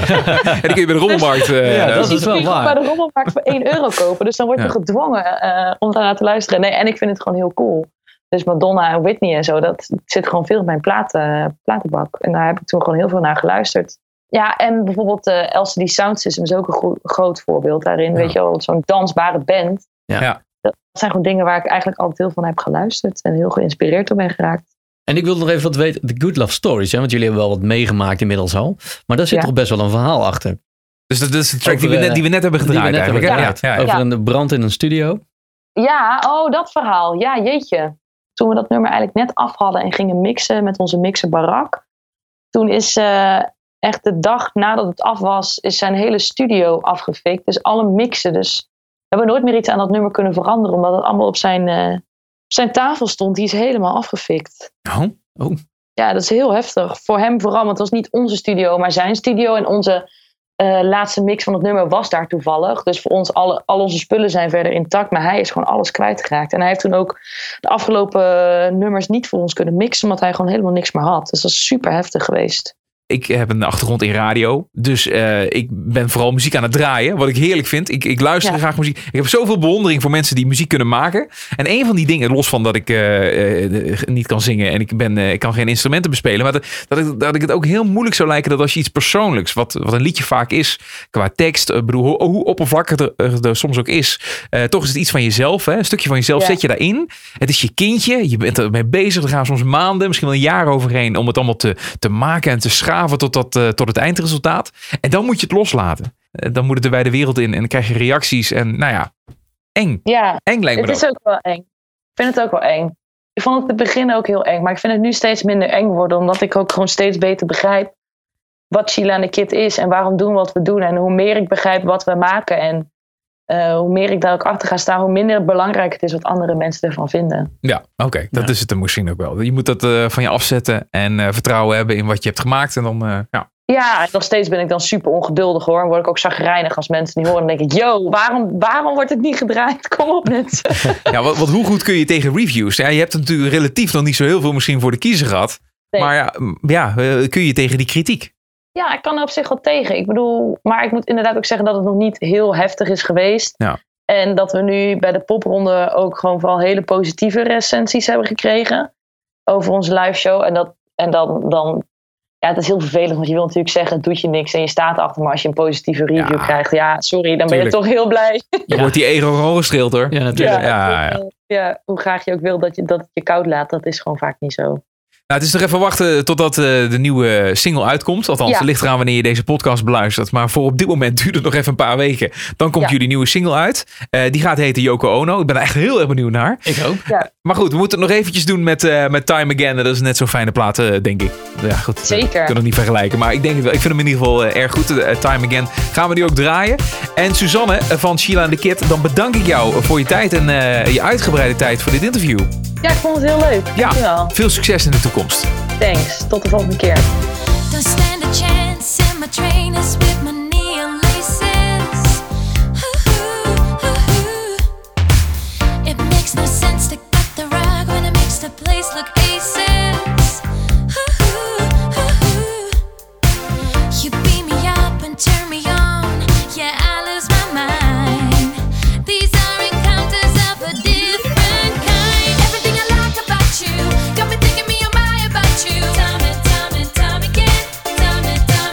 En die kun je bij de rommelmarkt... Uh, ja, dat is wel waar. Bij de rommelmarkt voor één euro kopen. Dus dan word je ja. gedwongen uh, om daarnaar te luisteren. Nee, en ik vind het gewoon heel cool. Dus Madonna en Whitney en zo, dat zit gewoon veel in mijn platen, platenbak. En daar heb ik toen gewoon heel veel naar geluisterd. Ja, en bijvoorbeeld uh, L C D Sound System is ook een gro- groot voorbeeld daarin. Ja. Weet je wel, zo'n dansbare band. Ja. Dat zijn gewoon dingen waar ik eigenlijk altijd heel veel naar heb geluisterd. En heel geïnspireerd door ben geraakt. En ik wil nog even wat weten, de Good Love Stories. Hè? Want jullie hebben wel wat meegemaakt inmiddels al. Maar daar zit ja. toch best wel een verhaal achter. Dus dat is de track Over, die, we net, die we net hebben gedraaid net eigenlijk. Hebben gedraaid. Ja, ja, ja. Over een brand in een studio. Ja, oh dat verhaal. Ja, jeetje. Toen we dat nummer eigenlijk net af hadden en gingen mixen met onze mixer Barak. Toen is uh, echt de dag nadat het af was, is zijn hele studio afgefikt. Dus alle mixen. Dus we hebben nooit meer iets aan dat nummer kunnen veranderen. Omdat het allemaal op zijn, uh, op zijn tafel stond. Die is helemaal afgefikt. Oh. Oh. Ja, dat is heel heftig. Voor hem vooral, want het was niet onze studio, maar zijn studio. En onze uh, laatste mix van het nummer was daar toevallig. Dus voor ons, alle, al onze spullen zijn verder intact. Maar hij is gewoon alles kwijtgeraakt. En hij heeft toen ook de afgelopen nummers niet voor ons kunnen mixen. Omdat hij gewoon helemaal niks meer had. Dus dat is super heftig geweest. Ik heb een achtergrond in radio. Dus uh, ik ben vooral muziek aan het draaien. Wat ik heerlijk vind. Ik, ik luister ja. graag muziek. Ik heb zoveel bewondering voor mensen die muziek kunnen maken. En een van die dingen, los van dat ik uh, uh, niet kan zingen. En ik, ben, uh, ik kan geen instrumenten bespelen. Maar dat, dat, ik, dat ik het ook heel moeilijk zou lijken. Dat als je iets persoonlijks. Wat, wat een liedje vaak is. Qua tekst. Uh, bedoel, hoe, hoe oppervlakkig er, er soms ook is. Uh, toch is het iets van jezelf. Hè? Een stukje van jezelf ja. zet je daarin. Het is je kindje. Je bent ermee bezig. Er gaan soms maanden. Misschien wel een jaar overheen. Om het allemaal te, te maken en te schrijven. Tot, dat, uh, tot het eindresultaat. En dan moet je het loslaten. Uh, dan moet het er bij de wereld in. En dan krijg je reacties. En nou ja, eng. Ja, eng lijkt me het is ook wel eng. Ik vind het ook wel eng. Ik vond het in het begin ook heel eng. Maar ik vind het nu steeds minder eng worden. Omdat ik ook gewoon steeds beter begrijp wat Sheila and the Kid is. En waarom doen we wat we doen. En hoe meer ik begrijp wat we maken. En uh, hoe meer ik daar ook achter ga staan. Hoe minder belangrijk het is wat andere mensen ervan vinden. Ja, oké. Okay. Dat ja. is het er misschien ook wel. Je moet dat uh, van je afzetten. En uh, vertrouwen hebben in wat je hebt gemaakt. En dan, uh, ja. Ja, nog steeds ben ik dan super ongeduldig hoor. Dan word ik ook chagrijnig als mensen die horen. Dan denk ik, yo, waarom, waarom wordt het niet gedraaid? Kom op mensen. Ja, wat, wat, hoe goed kun je tegen reviews? Ja, je hebt natuurlijk relatief nog niet zo heel veel misschien voor de kiezer gehad. Nee. Maar ja, ja, kun je tegen die kritiek? Ja, ik kan er op zich wel tegen. Ik bedoel, maar ik moet inderdaad ook zeggen dat het nog niet heel heftig is geweest. Ja. En dat we nu bij de popronde ook gewoon vooral hele positieve recensies hebben gekregen. Over onze live show. En, dat, en dan, dan, ja, het is heel vervelend. Want je wil natuurlijk zeggen, het doet je niks en je staat achter. Maar als je een positieve review ja. krijgt, ja, sorry, dan Tuurlijk. ben je toch heel blij. Dan wordt die ego gewoon gestreeld hoor. Ja, natuurlijk. Ja, ja, ja. ja, hoe graag je ook wil dat je, dat het je koud laat, dat is gewoon vaak niet zo. Nou, het is nog even wachten totdat uh, de nieuwe single uitkomt. Althans, ja. het ligt eraan wanneer je deze podcast beluistert. Maar voor op dit moment duurt het nog even een paar weken. Dan komt ja. jullie nieuwe single uit. Uh, die gaat heten Yoko Ono. Ik ben er echt heel erg benieuwd naar. Ik ook. Ja. Maar goed, we moeten het nog eventjes doen met, uh, met Time Again. Dat is net zo'n fijne plaat, uh, denk ik. Ja, goed. Zeker. We kunnen het niet vergelijken. Maar ik denk het wel. Ik vind hem in ieder geval uh, erg goed. Uh, Time Again gaan we die ook draaien. En Suzanne van Sheila and the Kid, dan bedank ik jou voor je tijd en uh, je uitgebreide tijd voor dit interview. Ja, ik vond het heel leuk. Ja, dankjewel. Veel succes in de toekomst. Thanks. Tot de volgende keer. Don't stand a chance in my trainers with my neon laces. It makes no sense to cut the rug when it makes the place look aces. You beat me up and turn me on. Yeah, I lose my mind. These are encounters of a different kind. Everything I like about you got me thinking me oh my about you. Time and time and time again, time and time.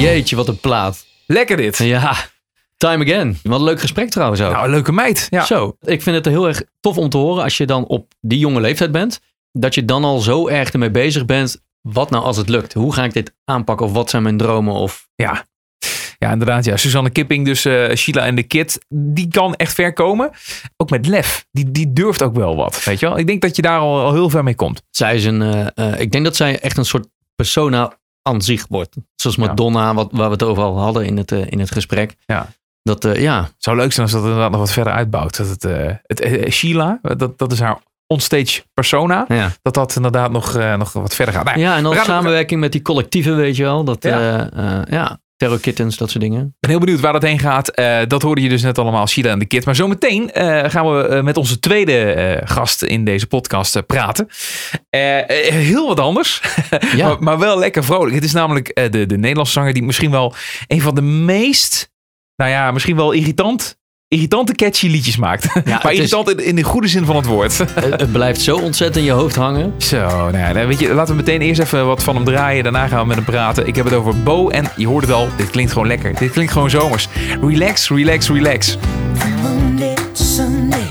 Jeetje, wat een plaat. Lekker dit. Ja, time again. Wat een leuk gesprek trouwens ook. Nou, een leuke meid. Ja. Zo, ik vind het heel erg tof om te horen als je dan op die jonge leeftijd bent. Dat je dan al zo erg ermee bezig bent. Wat nou als het lukt? Hoe ga ik dit aanpakken? Of wat zijn mijn dromen? Of... Ja. Ja, inderdaad. Ja. Suzanne Kipping, dus uh, Sheila en the Kid. Die kan echt ver komen. Ook met lef. Die, die durft ook wel wat. Weet je wel? Ik denk dat je daar al, al heel ver mee komt. Zij is een, uh, uh, ik denk dat zij echt een soort persona aan zich wordt. Zoals Madonna, ja. wat, waar we het over al hadden in het, uh, in het gesprek. Ja. Dat, uh, ja. Het zou leuk zijn als dat inderdaad nog wat verder uitbouwt. Dat het, uh, het uh, Sheila, dat, dat is haar onstage persona. Ja. Dat dat inderdaad nog, uh, nog wat verder gaat. Nou, ja, en dan gaan, samenwerking met die collectieven, weet je wel. Dat, ja. Uh, uh, ja. Terror Kittens, dat soort dingen. Ik ben heel benieuwd waar dat heen gaat. Uh, dat hoorde je dus net allemaal, Sheila en de Kid. Maar zometeen uh, gaan we uh, met onze tweede uh, gast in deze podcast uh, praten. Uh, uh, heel wat anders. Ja. maar, maar wel lekker vrolijk. Het is namelijk uh, de, de Nederlandse zanger die misschien wel een van de meest, nou ja, misschien wel irritant... irritante catchy liedjes maakt. Ja, maar irritant is, in, in de goede zin van het woord. Het, het blijft zo ontzettend in je hoofd hangen. Zo, nou ja, weet je, laten we meteen eerst even wat van hem draaien. Daarna gaan we met hem praten. Ik heb het over Bo en je hoort het al, dit klinkt gewoon lekker. Dit klinkt gewoon zomers. Relax, relax, relax. From Monday to Sunday,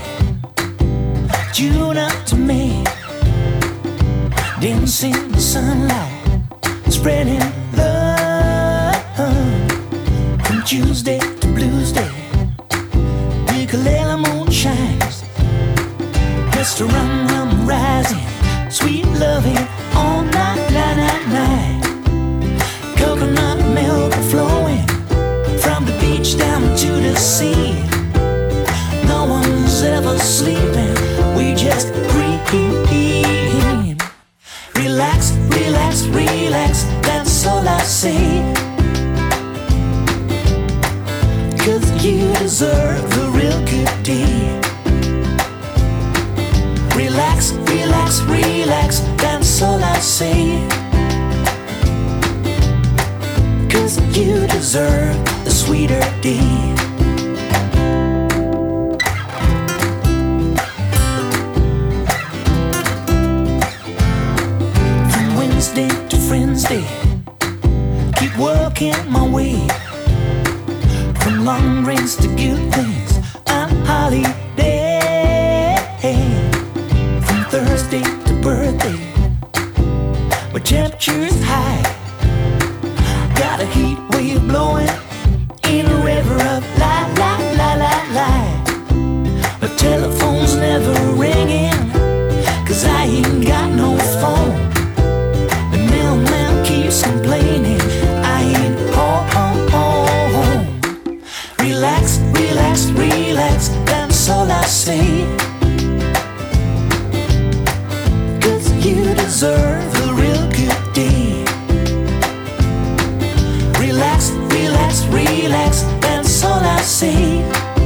June up to May, dancing in the sunlight, spreading love. From Tuesday to Bluesday, ukulele moon shines, restaurant rum rising, sweet loving all night, night, night, night. Coconut milk flowing from the beach down to the sea. No one's ever sleeping, we just dream. Relax, relax, relax, that's all I say. 'Cause you deserve a real good day. Relax, relax, relax, that's all I say. 'Cause you deserve a sweeter day. From Wednesday to Wednesday, keep working my way. From long rains to good things on holiday. From Thursday to birthday, where temperature's high. Got a heat wave blowing in a river of light, light, light, light, light. The telephone's never ringing, 'cause I ain't got no phone. The mailman keeps complaining I ain't home, home, home. Relax, relax, relax, that's all I say. 'Cause you deserve a real good day. Relax, relax, relax, that's all I say.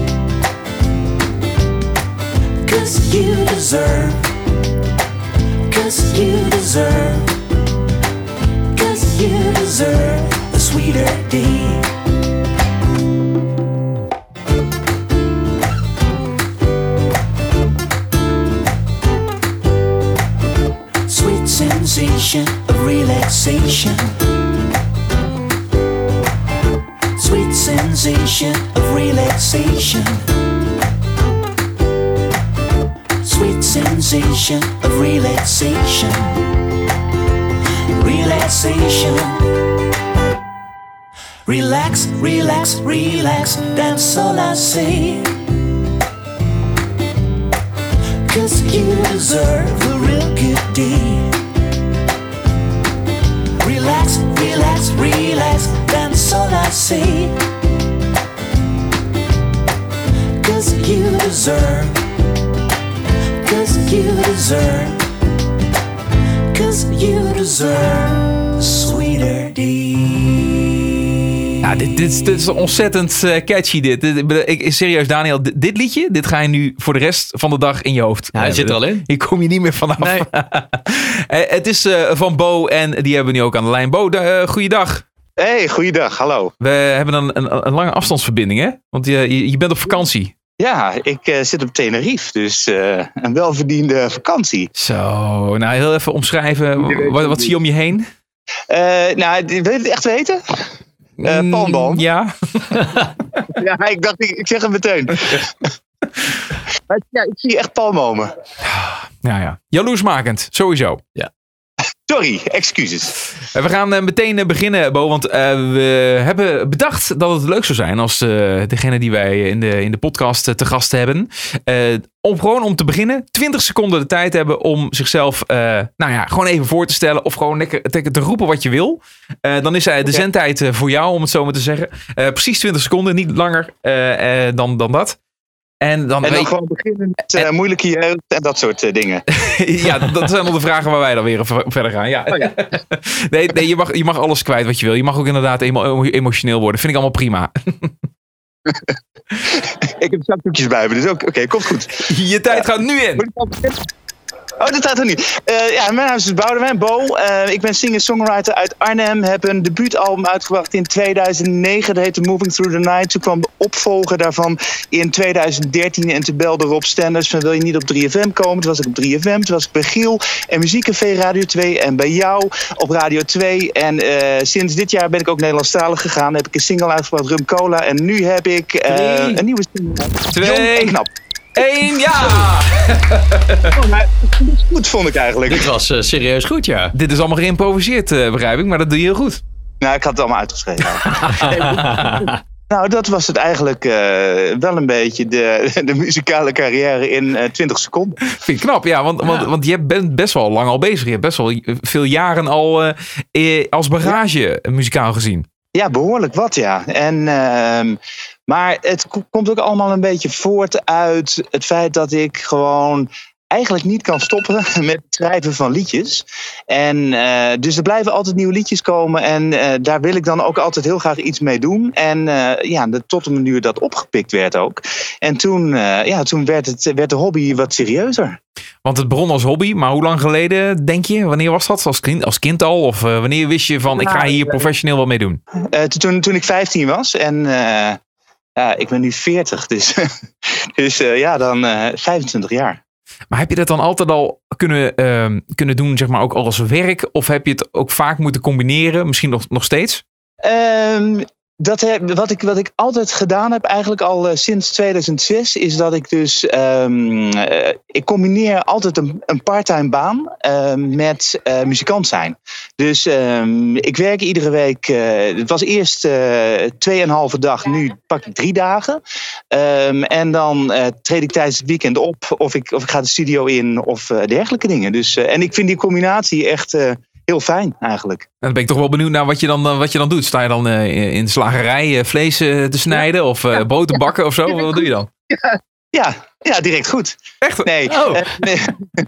'Cause you deserve, 'cause you deserve, 'cause you deserve a sweeter day. Sensation of relaxation. Sweet sensation of relaxation. Sweet sensation of relaxation. Relaxation. Relax, relax, relax, that's all I say. 'Cause you deserve a real good day. Relax, relax, relax, that's all I say. 'Cause you deserve, 'cause you deserve, 'cause you deserve a sweeter day. Ja, dit, dit, dit is ontzettend uh, catchy dit. dit ik, serieus Daniel, dit, dit liedje, dit ga je nu voor de rest van de dag in je hoofd. Ja, hij zit er al in. Hier kom je niet meer vanaf. Nee. Het is uh, van Bo en die hebben we nu ook aan de lijn. Bo, uh, goeiedag. Hey, goeiedag, hallo. We hebben een, een, een lange afstandsverbinding, hè? Want je, je bent op vakantie. Ja, ik uh, zit op Tenerife, dus uh, een welverdiende vakantie. Zo, nou heel even omschrijven. Wat, wat zie je om je heen? Uh, nou, wil je het echt weten? Uh, palmboom. Mm, ja. Ja, ik dacht, ik, ik zeg het meteen. Maar ja, ik zie echt palmbomen. Ja, ja. Jaloersmakend, sowieso. Ja. Sorry, excuses. We gaan uh, meteen uh, beginnen, Bo, want uh, we hebben bedacht dat het leuk zou zijn als uh, degene die wij in de, in de podcast uh, te gast hebben, uh, om gewoon om te beginnen twintig seconden de tijd hebben om zichzelf uh, nou ja, gewoon even voor te stellen of gewoon lekker te, te roepen wat je wil. Uh, dan is uh, de okay. zendtijd uh, voor jou, om het zo maar te zeggen. Uh, precies twintig seconden, niet langer uh, uh, dan, dan dat. En dan, en dan weet... gewoon beginnen met uh, en... moeilijke jeugd en dat soort uh, dingen. Ja, dat zijn al de vragen waar wij dan weer verder gaan. Ja. Oh, ja. nee, nee je, mag, je mag alles kwijt wat je wil. Je mag ook inderdaad emo- emotioneel worden. Vind ik allemaal prima. Ik heb zakdoekjes bij me, dus ook oké, okay, komt goed. Je tijd ja. gaat nu in. Oh, dat staat er niet. Uh, ja, mijn naam is dus Boudewijn, Bo. Uh, ik ben singer-songwriter uit Arnhem. Heb een debuutalbum uitgebracht in tweeduizend negen. Dat heette Moving Through the Night. Toen kwam de opvolger daarvan in tweeduizend dertien. En toen belde Rob Stenders van wil je niet op drie F M komen? Toen was ik op drie F M. Toen was ik bij Giel en Muziekcafé Radio twee. En bij jou op Radio twee. En uh, sinds dit jaar ben ik ook Nederlandstalig gegaan. Heb ik een single uitgebracht, Rum Cola. En nu heb ik uh, een nieuwe single. Twee. En knap. Eén, ja! Oh, maar dat is goed, vond ik eigenlijk. Dit was uh, serieus goed, ja. Dit is allemaal geïmproviseerd, uh, begrijp ik, maar dat doe je heel goed. Nou, ik had het allemaal uitgeschreven. Nou, dat was het eigenlijk uh, wel een beetje de, de muzikale carrière in uh, twintig seconden. Vind ik knap, ja, want, ja. want, want je bent best wel lang al bezig. Je hebt best wel veel jaren al uh, als bagage ja. muzikaal gezien. Ja, behoorlijk wat, ja. En... Uh, Maar het komt ook allemaal een beetje voort uit het feit dat ik gewoon eigenlijk niet kan stoppen met het schrijven van liedjes. En uh, dus er blijven altijd nieuwe liedjes komen en uh, daar wil ik dan ook altijd heel graag iets mee doen. En uh, ja, de, tot een manier dat opgepikt werd ook. En toen, uh, ja, toen werd, het, werd de hobby wat serieuzer. Want het begon als hobby, maar hoe lang geleden denk je? Wanneer was dat? Als kind, als kind al? Of uh, wanneer wist je van ik ga hier professioneel wat mee doen? Uh, toen, toen ik vijftien was en... Uh, Ja, ik ben nu veertig, dus, dus uh, ja, dan uh, vijfentwintig jaar. Maar heb je dat dan altijd al kunnen, uh, kunnen doen, zeg maar, ook als werk? Of heb je het ook vaak moeten combineren? Misschien nog, nog steeds? Um, dat heb, wat, ik, wat ik altijd gedaan heb, eigenlijk al uh, sinds tweeduizend zes, is dat ik dus... Um, uh, ik combineer altijd een, een parttime baan uh, met uh, muzikant zijn. Dus um, ik werk iedere week... Uh, het was eerst uh, tweeënhalve dag, nu pak ik drie dagen. Um, en dan uh, treed ik tijdens het weekend op, of ik, of ik ga de studio in, of uh, dergelijke dingen. Dus, uh, en ik vind die combinatie echt... Uh, Heel fijn, eigenlijk. Dan ben ik toch wel benieuwd naar wat je dan, wat je dan doet. Sta je dan uh, in de slagerij uh, vlees uh, te snijden? Ja. Of uh, ja. boter bakken ja. of zo? Wat doe je dan? Ja, ja, ja direct goed. Echt? Nee. Oh. Uh, nee.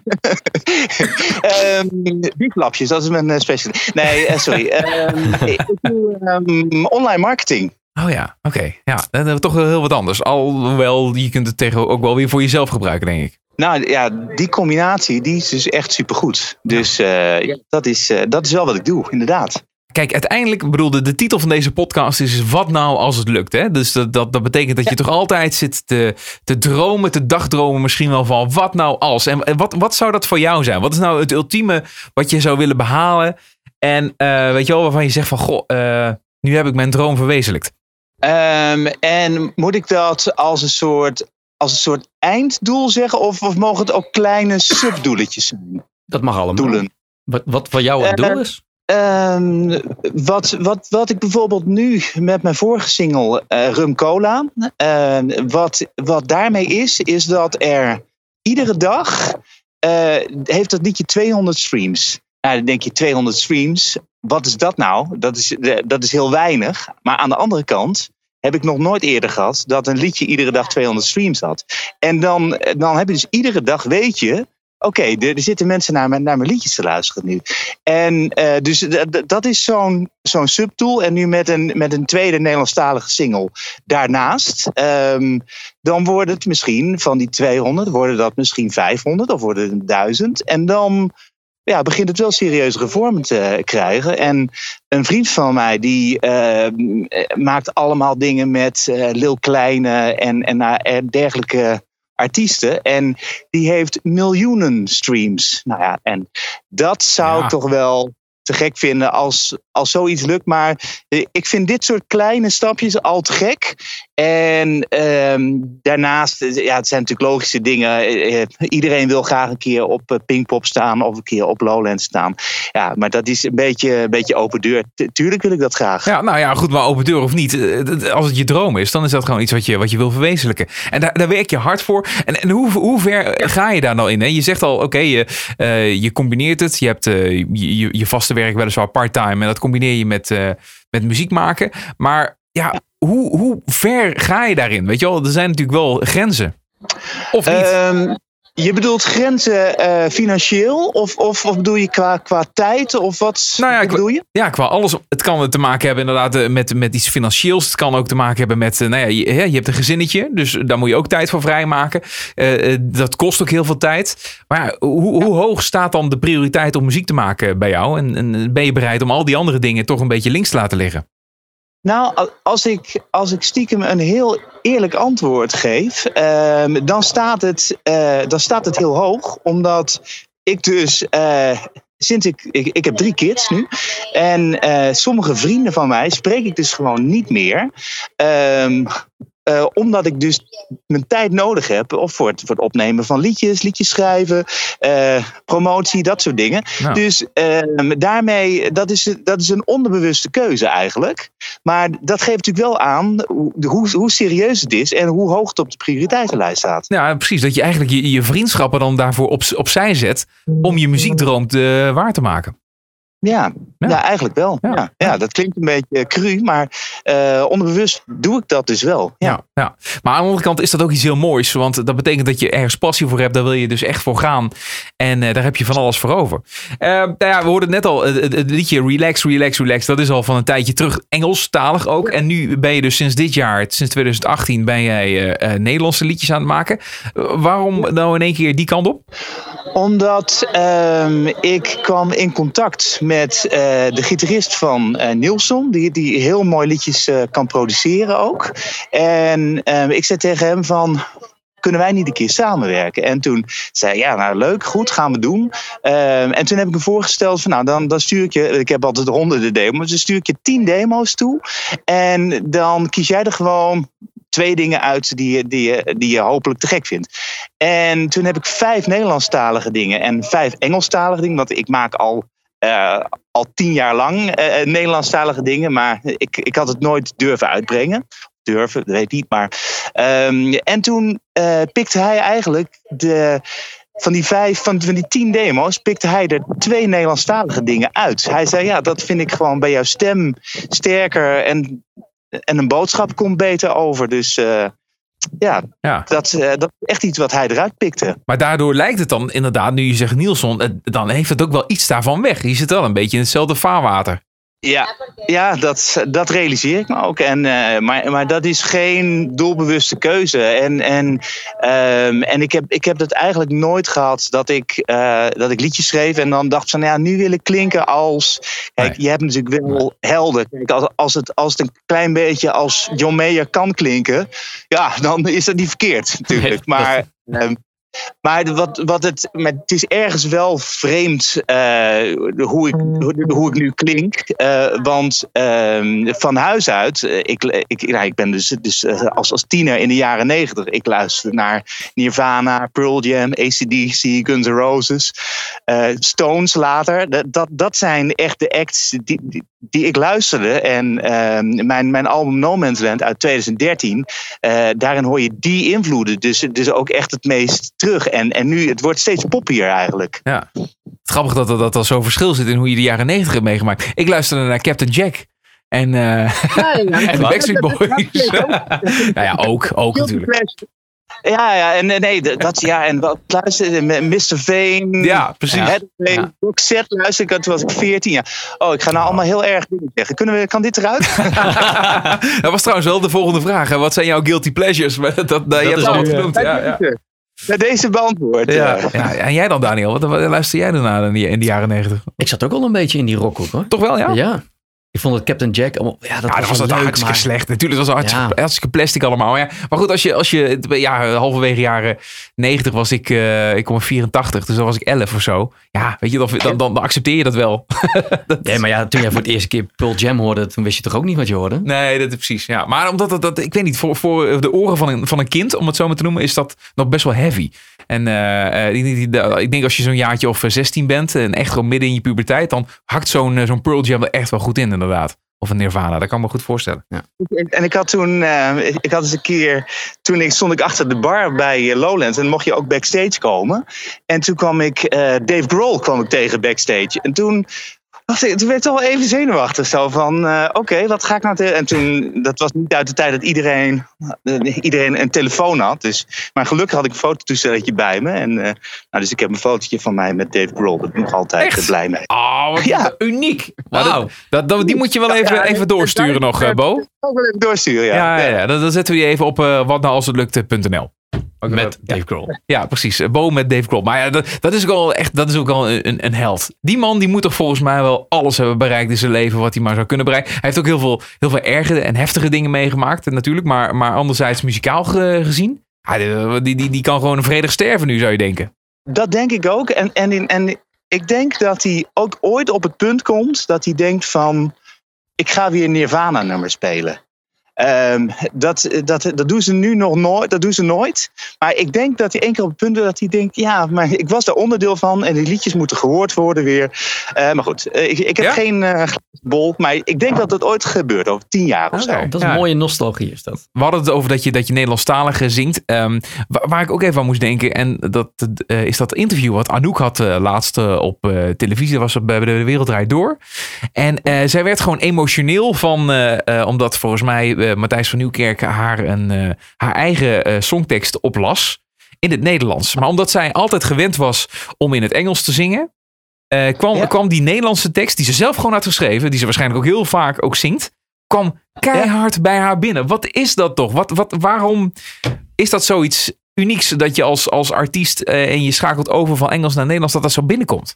um, bieflapjes, dat is mijn uh, special. Nee, uh, sorry. Um, ik doe um, online marketing. Oh ja, oké. Okay. Ja, dan hebben we toch heel wat anders. Alhoewel, je kunt het tegen ook wel weer voor jezelf gebruiken, denk ik. Nou ja, die combinatie die is dus echt supergoed. Dus uh, ja, dat, is, uh, dat is wel wat ik doe, inderdaad. Kijk, uiteindelijk, bedoel, de, de titel van deze podcast is wat nou als het lukt. Hè? Dus dat, dat, dat betekent dat je ja. toch altijd zit te, te dromen, te dagdromen misschien wel van wat nou als. En, en wat, wat zou dat voor jou zijn? Wat is nou het ultieme wat je zou willen behalen? En uh, weet je wel, waarvan je zegt van, goh, uh, nu heb ik mijn droom verwezenlijkt. Um, en moet ik dat als een soort... als een soort einddoel zeggen? Of, of mogen het ook kleine subdoeletjes zijn? Dat mag allemaal. Doelen. Wat, wat voor jou het uh, doel is? Um, wat, wat, wat ik bijvoorbeeld nu met mijn vorige single uh, Rum Cola... Uh, wat, wat daarmee is, is dat er iedere dag... Uh, heeft dat liedje tweehonderd streams. Nou, dan denk je tweehonderd streams. Wat is dat nou? Dat is, dat is heel weinig. Maar aan de andere kant... heb ik nog nooit eerder gehad dat een liedje iedere dag tweehonderd streams had. En dan, dan heb je dus iedere dag weet je... oké, okay, er, er zitten mensen naar mijn, naar mijn liedjes te luisteren nu. En uh, dus d- dat is zo'n, zo'n subtool. En nu met een, met een tweede Nederlandstalige single daarnaast... Um, dan wordt het misschien van die tweehonderd... worden dat misschien vijfhonderd of worden het duizend. En dan... ja, begint het wel serieuze vormen te krijgen. En een vriend van mij die uh, maakt allemaal dingen met uh, Lil Kleine en, en uh, dergelijke artiesten. En die heeft miljoenen streams. Nou ja, en dat zou ja. toch wel te gek vinden als, als zoiets lukt. Maar uh, ik vind dit soort kleine stapjes al te gek. En uh, daarnaast, ja, het zijn natuurlijk logische dingen. Uh, iedereen wil graag een keer op uh, Pinkpop staan of een keer op Lowlands staan. Ja, maar dat is een beetje, een beetje open deur. T- tuurlijk wil ik dat graag. Ja, nou ja, goed, maar open deur of niet. Als het je droom is, dan is dat gewoon iets wat je, wat je wil verwezenlijken. En daar, daar werk je hard voor. En, en hoe, hoe ver ga je daar nou in? Hè? Je zegt al, oké, okay, je, uh, je combineert het. Je hebt uh, je, je vaste werk weliswaar part-time. En dat combineer je met, uh, met muziek maken. Maar ja, ja. Hoe, hoe ver ga je daarin? Weet je wel, er zijn natuurlijk wel grenzen. Of niet? Um, je bedoelt grenzen uh, financieel? Of, of, of bedoel je qua, qua tijd? Of wat, nou ja, wat bedoel je? Ja, qua alles. Het kan te maken hebben inderdaad met, met iets financieels. Het kan ook te maken hebben met, nou ja, je, je hebt een gezinnetje. Dus daar moet je ook tijd voor vrijmaken. Uh, dat kost ook heel veel tijd. Maar ja, hoe, hoe hoog staat dan de prioriteit om muziek te maken bij jou? En, en ben je bereid om al die andere dingen toch een beetje links te laten liggen? Nou, als ik, als ik stiekem een heel eerlijk antwoord geef, uh, dan, staat het, uh, dan staat het heel hoog. Omdat ik dus, uh, sinds ik, ik, ik heb drie kids nu. En uh, sommige vrienden van mij spreek ik dus gewoon niet meer. Uh, Uh, omdat ik dus mijn tijd nodig heb of voor, het, voor het opnemen van liedjes, liedjes schrijven, uh, promotie, dat soort dingen. Nou. Dus uh, daarmee, dat is, dat is een onderbewuste keuze eigenlijk. Maar dat geeft natuurlijk wel aan hoe, hoe serieus het is en hoe hoog het op de prioriteitenlijst staat. Ja, precies. Dat je eigenlijk je, je vriendschappen dan daarvoor op, opzij zet om je muziekdroom te, waar te maken. Ja, ja. ja, eigenlijk wel. Ja. Ja. Ja, dat klinkt een beetje cru, maar uh, onderbewust doe ik dat dus wel. Ja. Ja, ja. Maar aan de andere kant is dat ook iets heel moois, want dat betekent dat je ergens passie voor hebt, daar wil je dus echt voor gaan. En uh, daar heb je van alles voor over. Uh, nou ja, we hoorden net al, het, het liedje Relax, Relax, Relax, dat is al van een tijdje terug Engelstalig ook. En nu ben je dus sinds dit jaar, sinds twintig achttien, ben jij uh, uh, Nederlandse liedjes aan het maken. Uh, waarom nou in één keer die kant op? Omdat uh, ik kwam in contact met uh, de gitarist van uh, Nilsson, die, die heel mooi liedjes uh, kan produceren ook. En uh, ik zei tegen hem van, kunnen wij niet een keer samenwerken? En toen zei hij, ja, nou leuk, goed, gaan we doen. Uh, en toen heb ik hem voorgesteld van, nou, dan, dan stuur ik je, ik heb altijd honderden demo's, dan stuur ik je tien demo's toe. En dan kies jij er gewoon twee dingen uit die je, die, je, die je hopelijk te gek vindt. En toen heb ik vijf Nederlandstalige dingen en vijf Engelstalige dingen, want ik maak al Uh, al tien jaar lang uh, Nederlandstalige dingen, maar ik, ik had het nooit durven uitbrengen. Durven, dat weet ik niet, maar... Um, en toen uh, pikte hij eigenlijk de... Van die vijf, van, van die tien demo's, pikte hij er twee Nederlandstalige dingen uit. Hij zei, ja, dat vind ik gewoon bij jouw stem sterker en, en een boodschap komt beter over. Dus... Uh, Ja, ja. Dat, uh, dat is echt iets wat hij eruit pikte. Maar daardoor lijkt het dan inderdaad, nu je zegt Nilsson, dan heeft het ook wel iets daarvan weg. Je zit wel een beetje in hetzelfde vaarwater. Ja, ja dat, dat realiseer ik me ook. En, uh, maar, maar dat is geen doelbewuste keuze. En, en, um, en ik, heb, ik heb dat eigenlijk nooit gehad dat ik, uh, dat ik liedjes schreef en dan dacht van ja, nu wil ik klinken als... Kijk, nee. Je hebt natuurlijk wel nee. helden. Kijk, als, als, het, als het een klein beetje als John Mayer kan klinken, ja, dan is dat niet verkeerd natuurlijk. Nee, maar... Um, Maar wat, wat het, maar het is ergens wel vreemd uh, hoe, ik, hoe, hoe ik nu klink. Uh, want uh, van huis uit, uh, ik, ik, nou, ik ben dus, dus uh, als, als tiener in de jaren negentig. Ik luisterde naar Nirvana, Pearl Jam, A C D C, Guns N' Roses, uh, Stones later. Dat, dat, dat zijn echt de acts die, die, die ik luisterde. En uh, mijn, mijn album No Man's Land uit twintig dertien, uh, daarin hoor je die invloeden. Dus, dus ook echt het meest terug. En, en nu, het wordt steeds poppier eigenlijk. Ja, het grappig dat er dat al zo'n verschil zit in hoe je de jaren negentig hebt meegemaakt. Ik luisterde naar Captain Jack. En, uh, ja, ja, en de Backstreet Boys. Nou ja, ook, ook natuurlijk. Ja, ja, en nee, dat, ja, en wat luister, mister Vane. Ja, precies. Ja. Set luister ik, toen was ik veertien jaar. Oh, ik ga nou allemaal heel erg dingen zeggen. Kunnen we, kan dit eruit? Dat was trouwens wel de volgende vraag. Wat zijn jouw guilty pleasures? Dat, dat, dat je hebt het al genoemd. Ja, ja. Met deze beantwoord. Ja, ja. En jij dan, Daniel? Wat, wat luister jij daarna in, in de jaren negentig? Ik zat ook al een beetje in die rockhoek, hoor. Toch wel, ja? Ja. Ik vond het Captain Jack allemaal... Ja, dat ja, was dat was wel dat leuk, hartstikke maar... slecht. Natuurlijk was het hartstikke, Ja. hartstikke plastic allemaal. Ja. Maar hartstikke plastic allemaal. Ja, natuurlijk was het hartstikke, Ja. hartstikke plastic allemaal. Ja. Maar goed, als je, maar goed, als je, als je ja, halverwege jaren negentig was ik, uh, ik kom in vierentachtig, dus dan was ik elf of zo. Ja, weet je, dan, dan, dan accepteer je dat wel. dat Nee, maar ja, toen jij voor het eerste keer Pearl Jam hoorde, toen wist je toch ook niet wat je hoorde? Nee, dat is precies. Ja. Maar omdat dat, dat, ik weet niet, voor, voor de oren van een, van een kind, om het zo maar te noemen, is dat nog best wel heavy. En uh, die, die, die, ik denk als je zo'n jaartje of zestien bent en echt gewoon midden in je puberteit, dan hakt zo'n, zo'n Pearl Jam er echt wel goed in, inderdaad. Of een Nirvana, dat kan ik me goed voorstellen. Ja. En ik had toen, uh, ik had eens een keer, toen ik, stond ik achter de bar bij Lowlands en mocht je ook backstage komen. En toen kwam ik, uh, Dave Grohl kwam ik tegen backstage. En toen, dacht ik, toen werd ik toch wel even zenuwachtig. Zo van, uh, oké, okay, wat ga ik nou tegen? En toen, dat was niet uit de tijd dat iedereen, uh, iedereen een telefoon had. Dus, maar gelukkig had ik een fototoestelletje bij me. En, uh, nou, dus ik heb een fotootje van mij met Dave Grohl. Daar ben ik nog altijd uh, blij mee. Oh, wat ja. uniek. Wow. Nou, dat, dat, dat, die moet je wel even, ja, even doorsturen ja, nog, uh, Bo. Ook wel even doorsturen, ja. Ja, ja, ja. Dan, dan zetten we je even op uh, watnoualshetlukt punt n l. Ook met Dave Grohl. Ja, precies. Bo met Dave Grohl. Maar ja, dat, dat is ook al echt, dat is ook al een, een held. Die man die moet toch volgens mij wel alles hebben bereikt in zijn leven wat hij maar zou kunnen bereiken. Hij heeft ook heel veel, heel veel erge en heftige dingen meegemaakt natuurlijk. Maar, maar anderzijds muzikaal ge, gezien. Ja, die, die, die kan gewoon vredig sterven nu, zou je denken. Dat denk ik ook. En, en, in, en ik denk dat hij ook ooit op het punt komt dat hij denkt van, ik ga weer Nirvana nummer spelen. Um, dat, dat, dat doen ze nu nog nooit, dat doen ze nooit. Maar ik denk dat hij één keer op het punt is dat hij denkt, ja, maar ik was daar onderdeel van en die liedjes moeten gehoord worden weer. Uh, maar goed, uh, ik, ik heb ja? geen uh, bol, maar ik denk dat dat ooit gebeurt, over tien jaar of okay, zo. Dat is een ja. mooie nostalgie is dat. We hadden het over dat je, dat je Nederlandstalig zingt. Um, waar, waar ik ook even aan moest denken, en dat uh, is dat interview wat Anouk had uh, laatst uh, op uh, televisie, dat was bij De Wereld Draait Door. En uh, zij werd gewoon emotioneel van, uh, uh, omdat volgens mij uh, Matthijs van Nieuwkerk haar, een, uh, haar eigen uh, songtekst oplas in het Nederlands. Maar omdat zij altijd gewend was om in het Engels te zingen, uh, kwam, ja. kwam die Nederlandse tekst, die ze zelf gewoon had geschreven, die ze waarschijnlijk ook heel vaak ook zingt, kwam keihard ja. bij haar binnen. Wat is dat toch? Wat, wat, waarom is dat zoiets unieks dat je als, als artiest uh, en je schakelt over van Engels naar Nederlands, dat dat zo binnenkomt?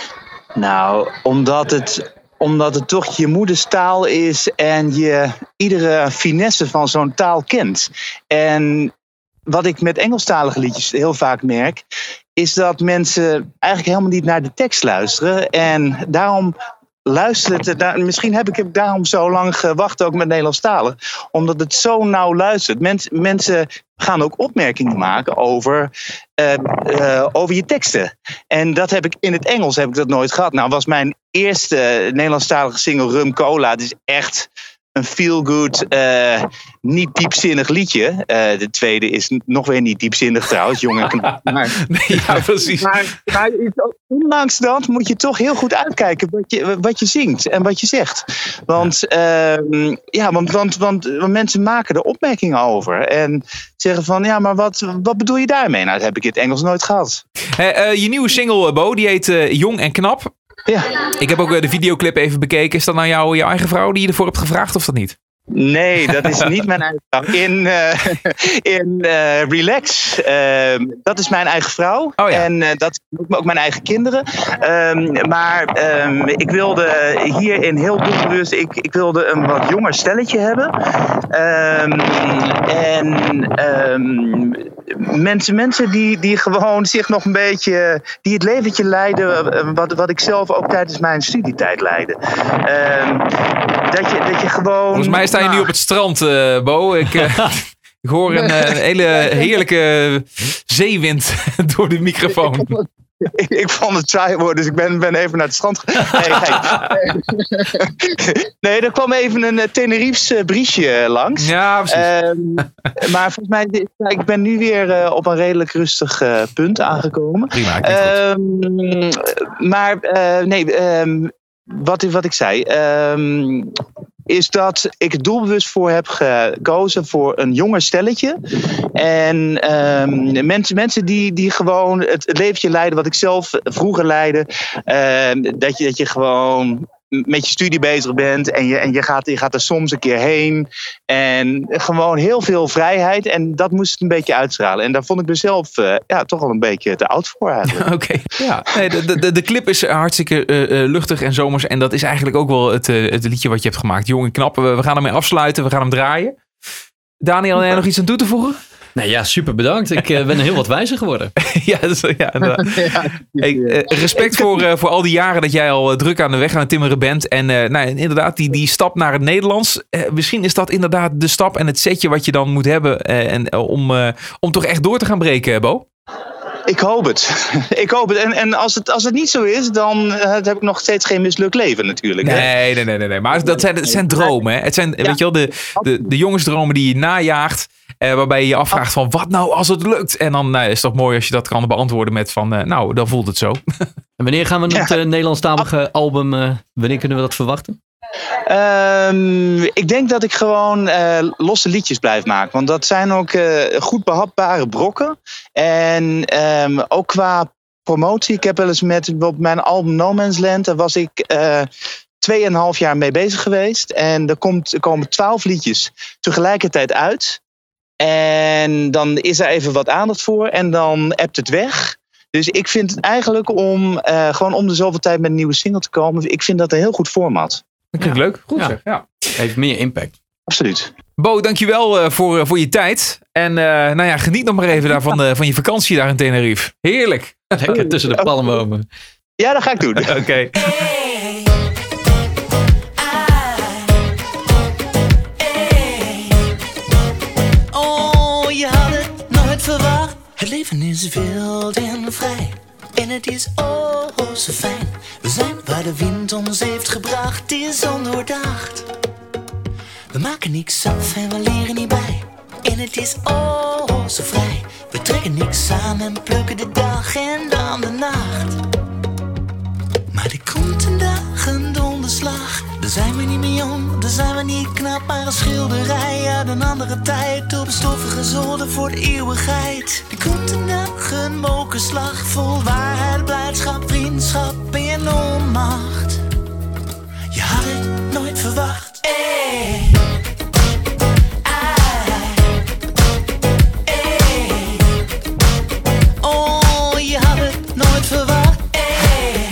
Nou, omdat het... Omdat het toch je moederstaal is en je iedere finesse van zo'n taal kent. En wat ik met Engelstalige liedjes heel vaak merk, is dat mensen eigenlijk helemaal niet naar de tekst luisteren. En daarom luistert het, daar, misschien heb ik het daarom zo lang gewacht ook met Nederlandstalig. Omdat het zo nauw luistert. Mens, mensen gaan ook opmerkingen maken over, uh, uh, over je teksten. En dat heb ik in het Engels heb ik dat nooit gehad. Nou was mijn eerste Nederlandstalige single Rum Cola. Het is echt een feel-good, uh, niet diepzinnig liedje. Uh, de tweede is nog weer niet diepzinnig trouwens, jong en knap. Maar, nee, ja, precies. Maar, maar ondanks dat moet je toch heel goed uitkijken wat je, wat je zingt en wat je zegt. Want, uh, ja, want, want, want, want mensen maken er opmerkingen over. En zeggen van, ja, maar wat, wat bedoel je daarmee? Nou, dat heb ik in het Engels nooit gehad. Hey, uh, je nieuwe single, Bo, die heet uh, Jong en Knap. Ja. Ik heb ook de videoclip even bekeken. Is dat nou jouw, jouw eigen vrouw die je ervoor hebt gevraagd of dat niet? Nee, dat is niet mijn eigen vrouw. In, uh, in uh, Relax, uh, dat is mijn eigen vrouw. Oh ja. En uh, dat zijn ook mijn eigen kinderen. Um, maar um, ik wilde hierin heel doelbewust, ik, ik wilde een wat jonger stelletje hebben. Um, en um, mensen, mensen die, die gewoon zich nog een beetje, die het leventje leiden, wat, wat ik zelf ook tijdens mijn studietijd leidde. Um, dat, je, dat je gewoon... Volgens mij sta je nu op het strand, uh, Bo. Ik, uh, ik hoor een uh, hele heerlijke zeewind door de microfoon. Ik, ik vond het saai worden, dus ik ben, ben even naar het strand gegaan. Nee, nee, er kwam even een uh, Tenerifes uh, briesje langs. Ja, precies. Uh, maar volgens mij, ik ben nu weer uh, op een redelijk rustig uh, punt aangekomen. Prima, ik uh, maar uh, nee, um, wat, wat ik zei... Um, is dat ik er doelbewust voor heb gekozen voor een jonger stelletje. En um, mensen, mensen die, die gewoon het, het leventje leiden wat ik zelf vroeger leidde. Uh, dat, je, dat je gewoon met je studie bezig bent en je, en je, gaat, je gaat er soms een keer heen. En gewoon heel veel vrijheid. En dat moest het een beetje uitstralen. En daar vond ik mezelf uh, ja, toch al een beetje te oud voor eigenlijk. Oké, okay. ja. Nee, de, de, de clip is hartstikke uh, luchtig en zomers. En dat is eigenlijk ook wel het, uh, het liedje wat je hebt gemaakt. Jong en knap. We, we gaan ermee afsluiten. We gaan hem draaien. Daniel, heb jij nog iets aan toe te voegen? Nee, ja, super bedankt. Ik uh, ben heel wat wijzer geworden. ja, dus, ja, ja, hey, uh, respect voor, uh, voor al die jaren dat jij al uh, druk aan de weg aan het timmeren bent. En uh, nou, inderdaad, die, die stap naar het Nederlands. Uh, misschien is dat inderdaad de stap en het setje wat je dan moet hebben. Uh, en, uh, om, uh, om toch echt door te gaan breken, Bo? Ik hoop het. Ik hoop het. En, en als, het, als het niet zo is, dan uh, heb ik nog steeds geen mislukt leven natuurlijk. Nee, hè? nee, nee, nee, nee. Maar dat zijn, het zijn dromen. Hè? Het zijn, ja. weet je wel, de, de, de jongensdromen die je najaagt. Uh, waarbij je je afvraagt van, wat nou als het lukt? En dan nou, is het toch mooi als je dat kan beantwoorden met van, uh, nou, dan voelt het zo. En wanneer gaan we het uh, Nederlandstalige album, uh, wanneer kunnen we dat verwachten? Um, ik denk dat ik gewoon uh, losse liedjes blijf maken. Want dat zijn ook uh, goed behapbare brokken. En um, ook qua promotie. Ik heb wel eens met op mijn album No Man's Land. Daar was ik uh, tweeënhalf jaar mee bezig geweest. En er, komt, er komen twaalf liedjes tegelijkertijd uit. En dan is er even wat aandacht voor. En dan appt het weg. Dus ik vind het eigenlijk om uh, gewoon om de zoveel tijd met een nieuwe single te komen. Ik vind dat een heel goed format. Dat klinkt ja. leuk. Goed ja. zeg. Ja. Heeft meer impact. Absoluut. Bo, dankjewel uh, voor, uh, voor je tijd. En uh, nou ja, geniet nog maar even daar van, uh, van je vakantie daar in Tenerife. Heerlijk. Lekker tussen de palmbomen. Ja, dat ga ik doen. Oké. Okay. Oh, je had het nooit verwacht. Het leven is wild en vrij. En het is oh, oh zo fijn. We zijn waar de wind ons heeft gebracht. Het is ondoordacht. We maken niks af en we leren niet bij. En het is oh, oh zo vrij. We trekken niks aan en plukken de dag en dan de nacht. Maar er komt een dag, een donderslag. Dan zijn we niet meer jong, dan zijn we niet knap. Maar een schilderij uit een andere tijd. Op een stoffige zolder voor de eeuwigheid. Er komt een dag, een mokerslag. Vol waarheid, blijdschap, vriendschap en onmacht. Je had het nooit verwacht. Hey. Nooit verwacht. Hey.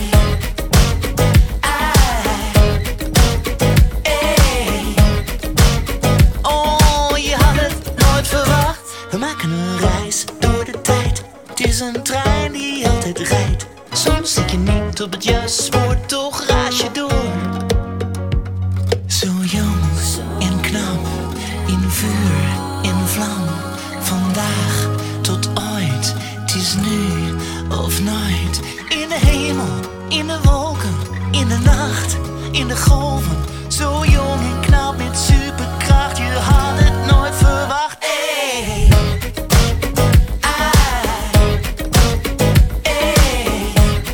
Hey. Oh, je had het nooit verwacht. We maken een reis door de tijd. Het is een trein die altijd rijdt. Soms zit je niet op het juiste spoor, toch raas je door. Zo jong en knap, in vuur en vlam. Vandaag tot ooit, het is nu of nooit. In de hemel, in de wolken, in de nacht, in de golven. Zo jong en knap met superkracht, je had het nooit verwacht. Hey. Hey.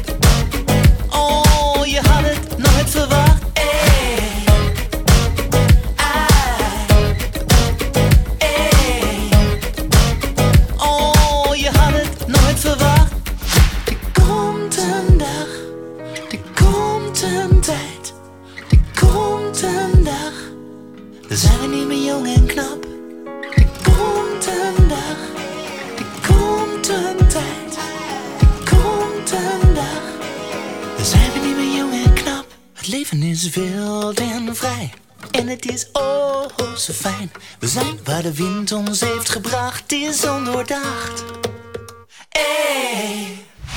Oh, je had het nooit verwacht. Hey. Hey. Oh, je had het nooit verwacht. Dan zijn we niet meer jong en knap. Er komt een dag, er komt een tijd. Er komt een dag, dan zijn we niet meer jong en knap. Het leven is wild en vrij. En het is oh, oh zo fijn. We zijn waar de wind ons heeft gebracht. Het is ondoordacht. Hey.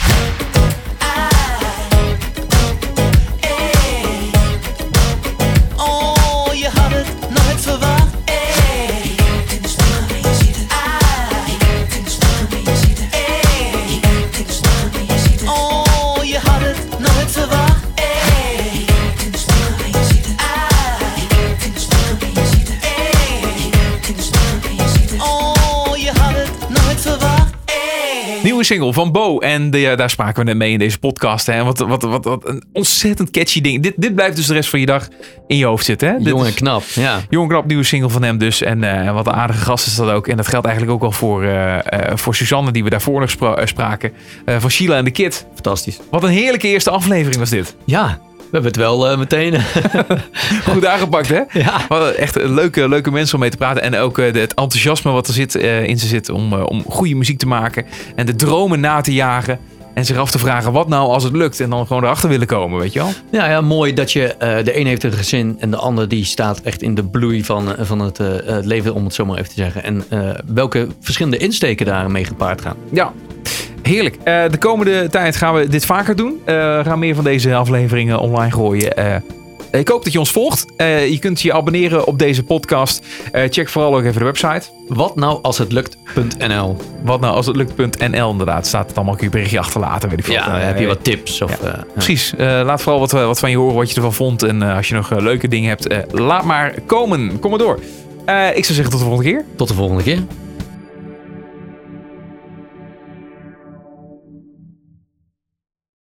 Verwacht. Hey. Je kijkt in de spiegel en je ziet het. Ah. Je kijkt in de spiegel en je ziet het. Hey. Je kijkt in de spiegel en je ziet het. Oh, je had het nooit verwacht. Hey. Je kijkt in de spiegel en je ziet het. Ah. Je kijkt in de spiegel en je ziet het. Hey. Je kijkt in de spiegel en je ziet het. Oh, je had het nooit verwacht. Hey. Nieuwe single van Bo. En de, ja, daar spraken we net mee in deze podcast. Hè. Wat, wat, wat, wat een ontzettend catchy ding. Dit, dit blijft dus de rest van je dag in je hoofd zitten. Hè? Jong en is, knap, ja. Jong en knap, nieuwe single van hem dus. En uh, wat een aardige gast is dat ook. En dat geldt eigenlijk ook wel voor, uh, uh, voor Suzanne, die we daarvoor nog spra- spraken. Uh, van Sheila en de Kid. Fantastisch. Wat een heerlijke eerste aflevering was dit. Ja, We hebben het wel uh, meteen goed aangepakt, hè? Ja. Echt leuke, leuke mensen om mee te praten. En ook uh, het enthousiasme wat er zit, uh, in ze zit om, uh, om goede muziek te maken. En de dromen na te jagen. En zich af te vragen, wat nou als het lukt? En dan gewoon erachter willen komen, weet je wel? Ja, ja mooi dat je, uh, de een heeft een gezin en de ander die staat echt in de bloei van, uh, van het, uh, het leven, om het zo maar even te zeggen. En uh, welke verschillende insteken daarmee gepaard gaan. Ja, heerlijk. Uh, de komende tijd gaan we dit vaker doen. Uh, we gaan meer van deze afleveringen online gooien. Uh, Ik hoop dat je ons volgt. Uh, je kunt je abonneren op deze podcast. Uh, check vooral ook even de website. Wat nou als het lukt punt n l. Wat nou als het lukt punt n l inderdaad. Staat het allemaal, kun je een berichtje achterlaten. Weet ik ja, veel. Uh, heb je wat tips? Of, ja, uh, precies. Uh, laat vooral wat, wat van je horen, wat je ervan vond. En uh, als je nog uh, leuke dingen hebt, uh, laat maar komen. Kom maar door. Uh, ik zou zeggen tot de volgende keer. Tot de volgende keer.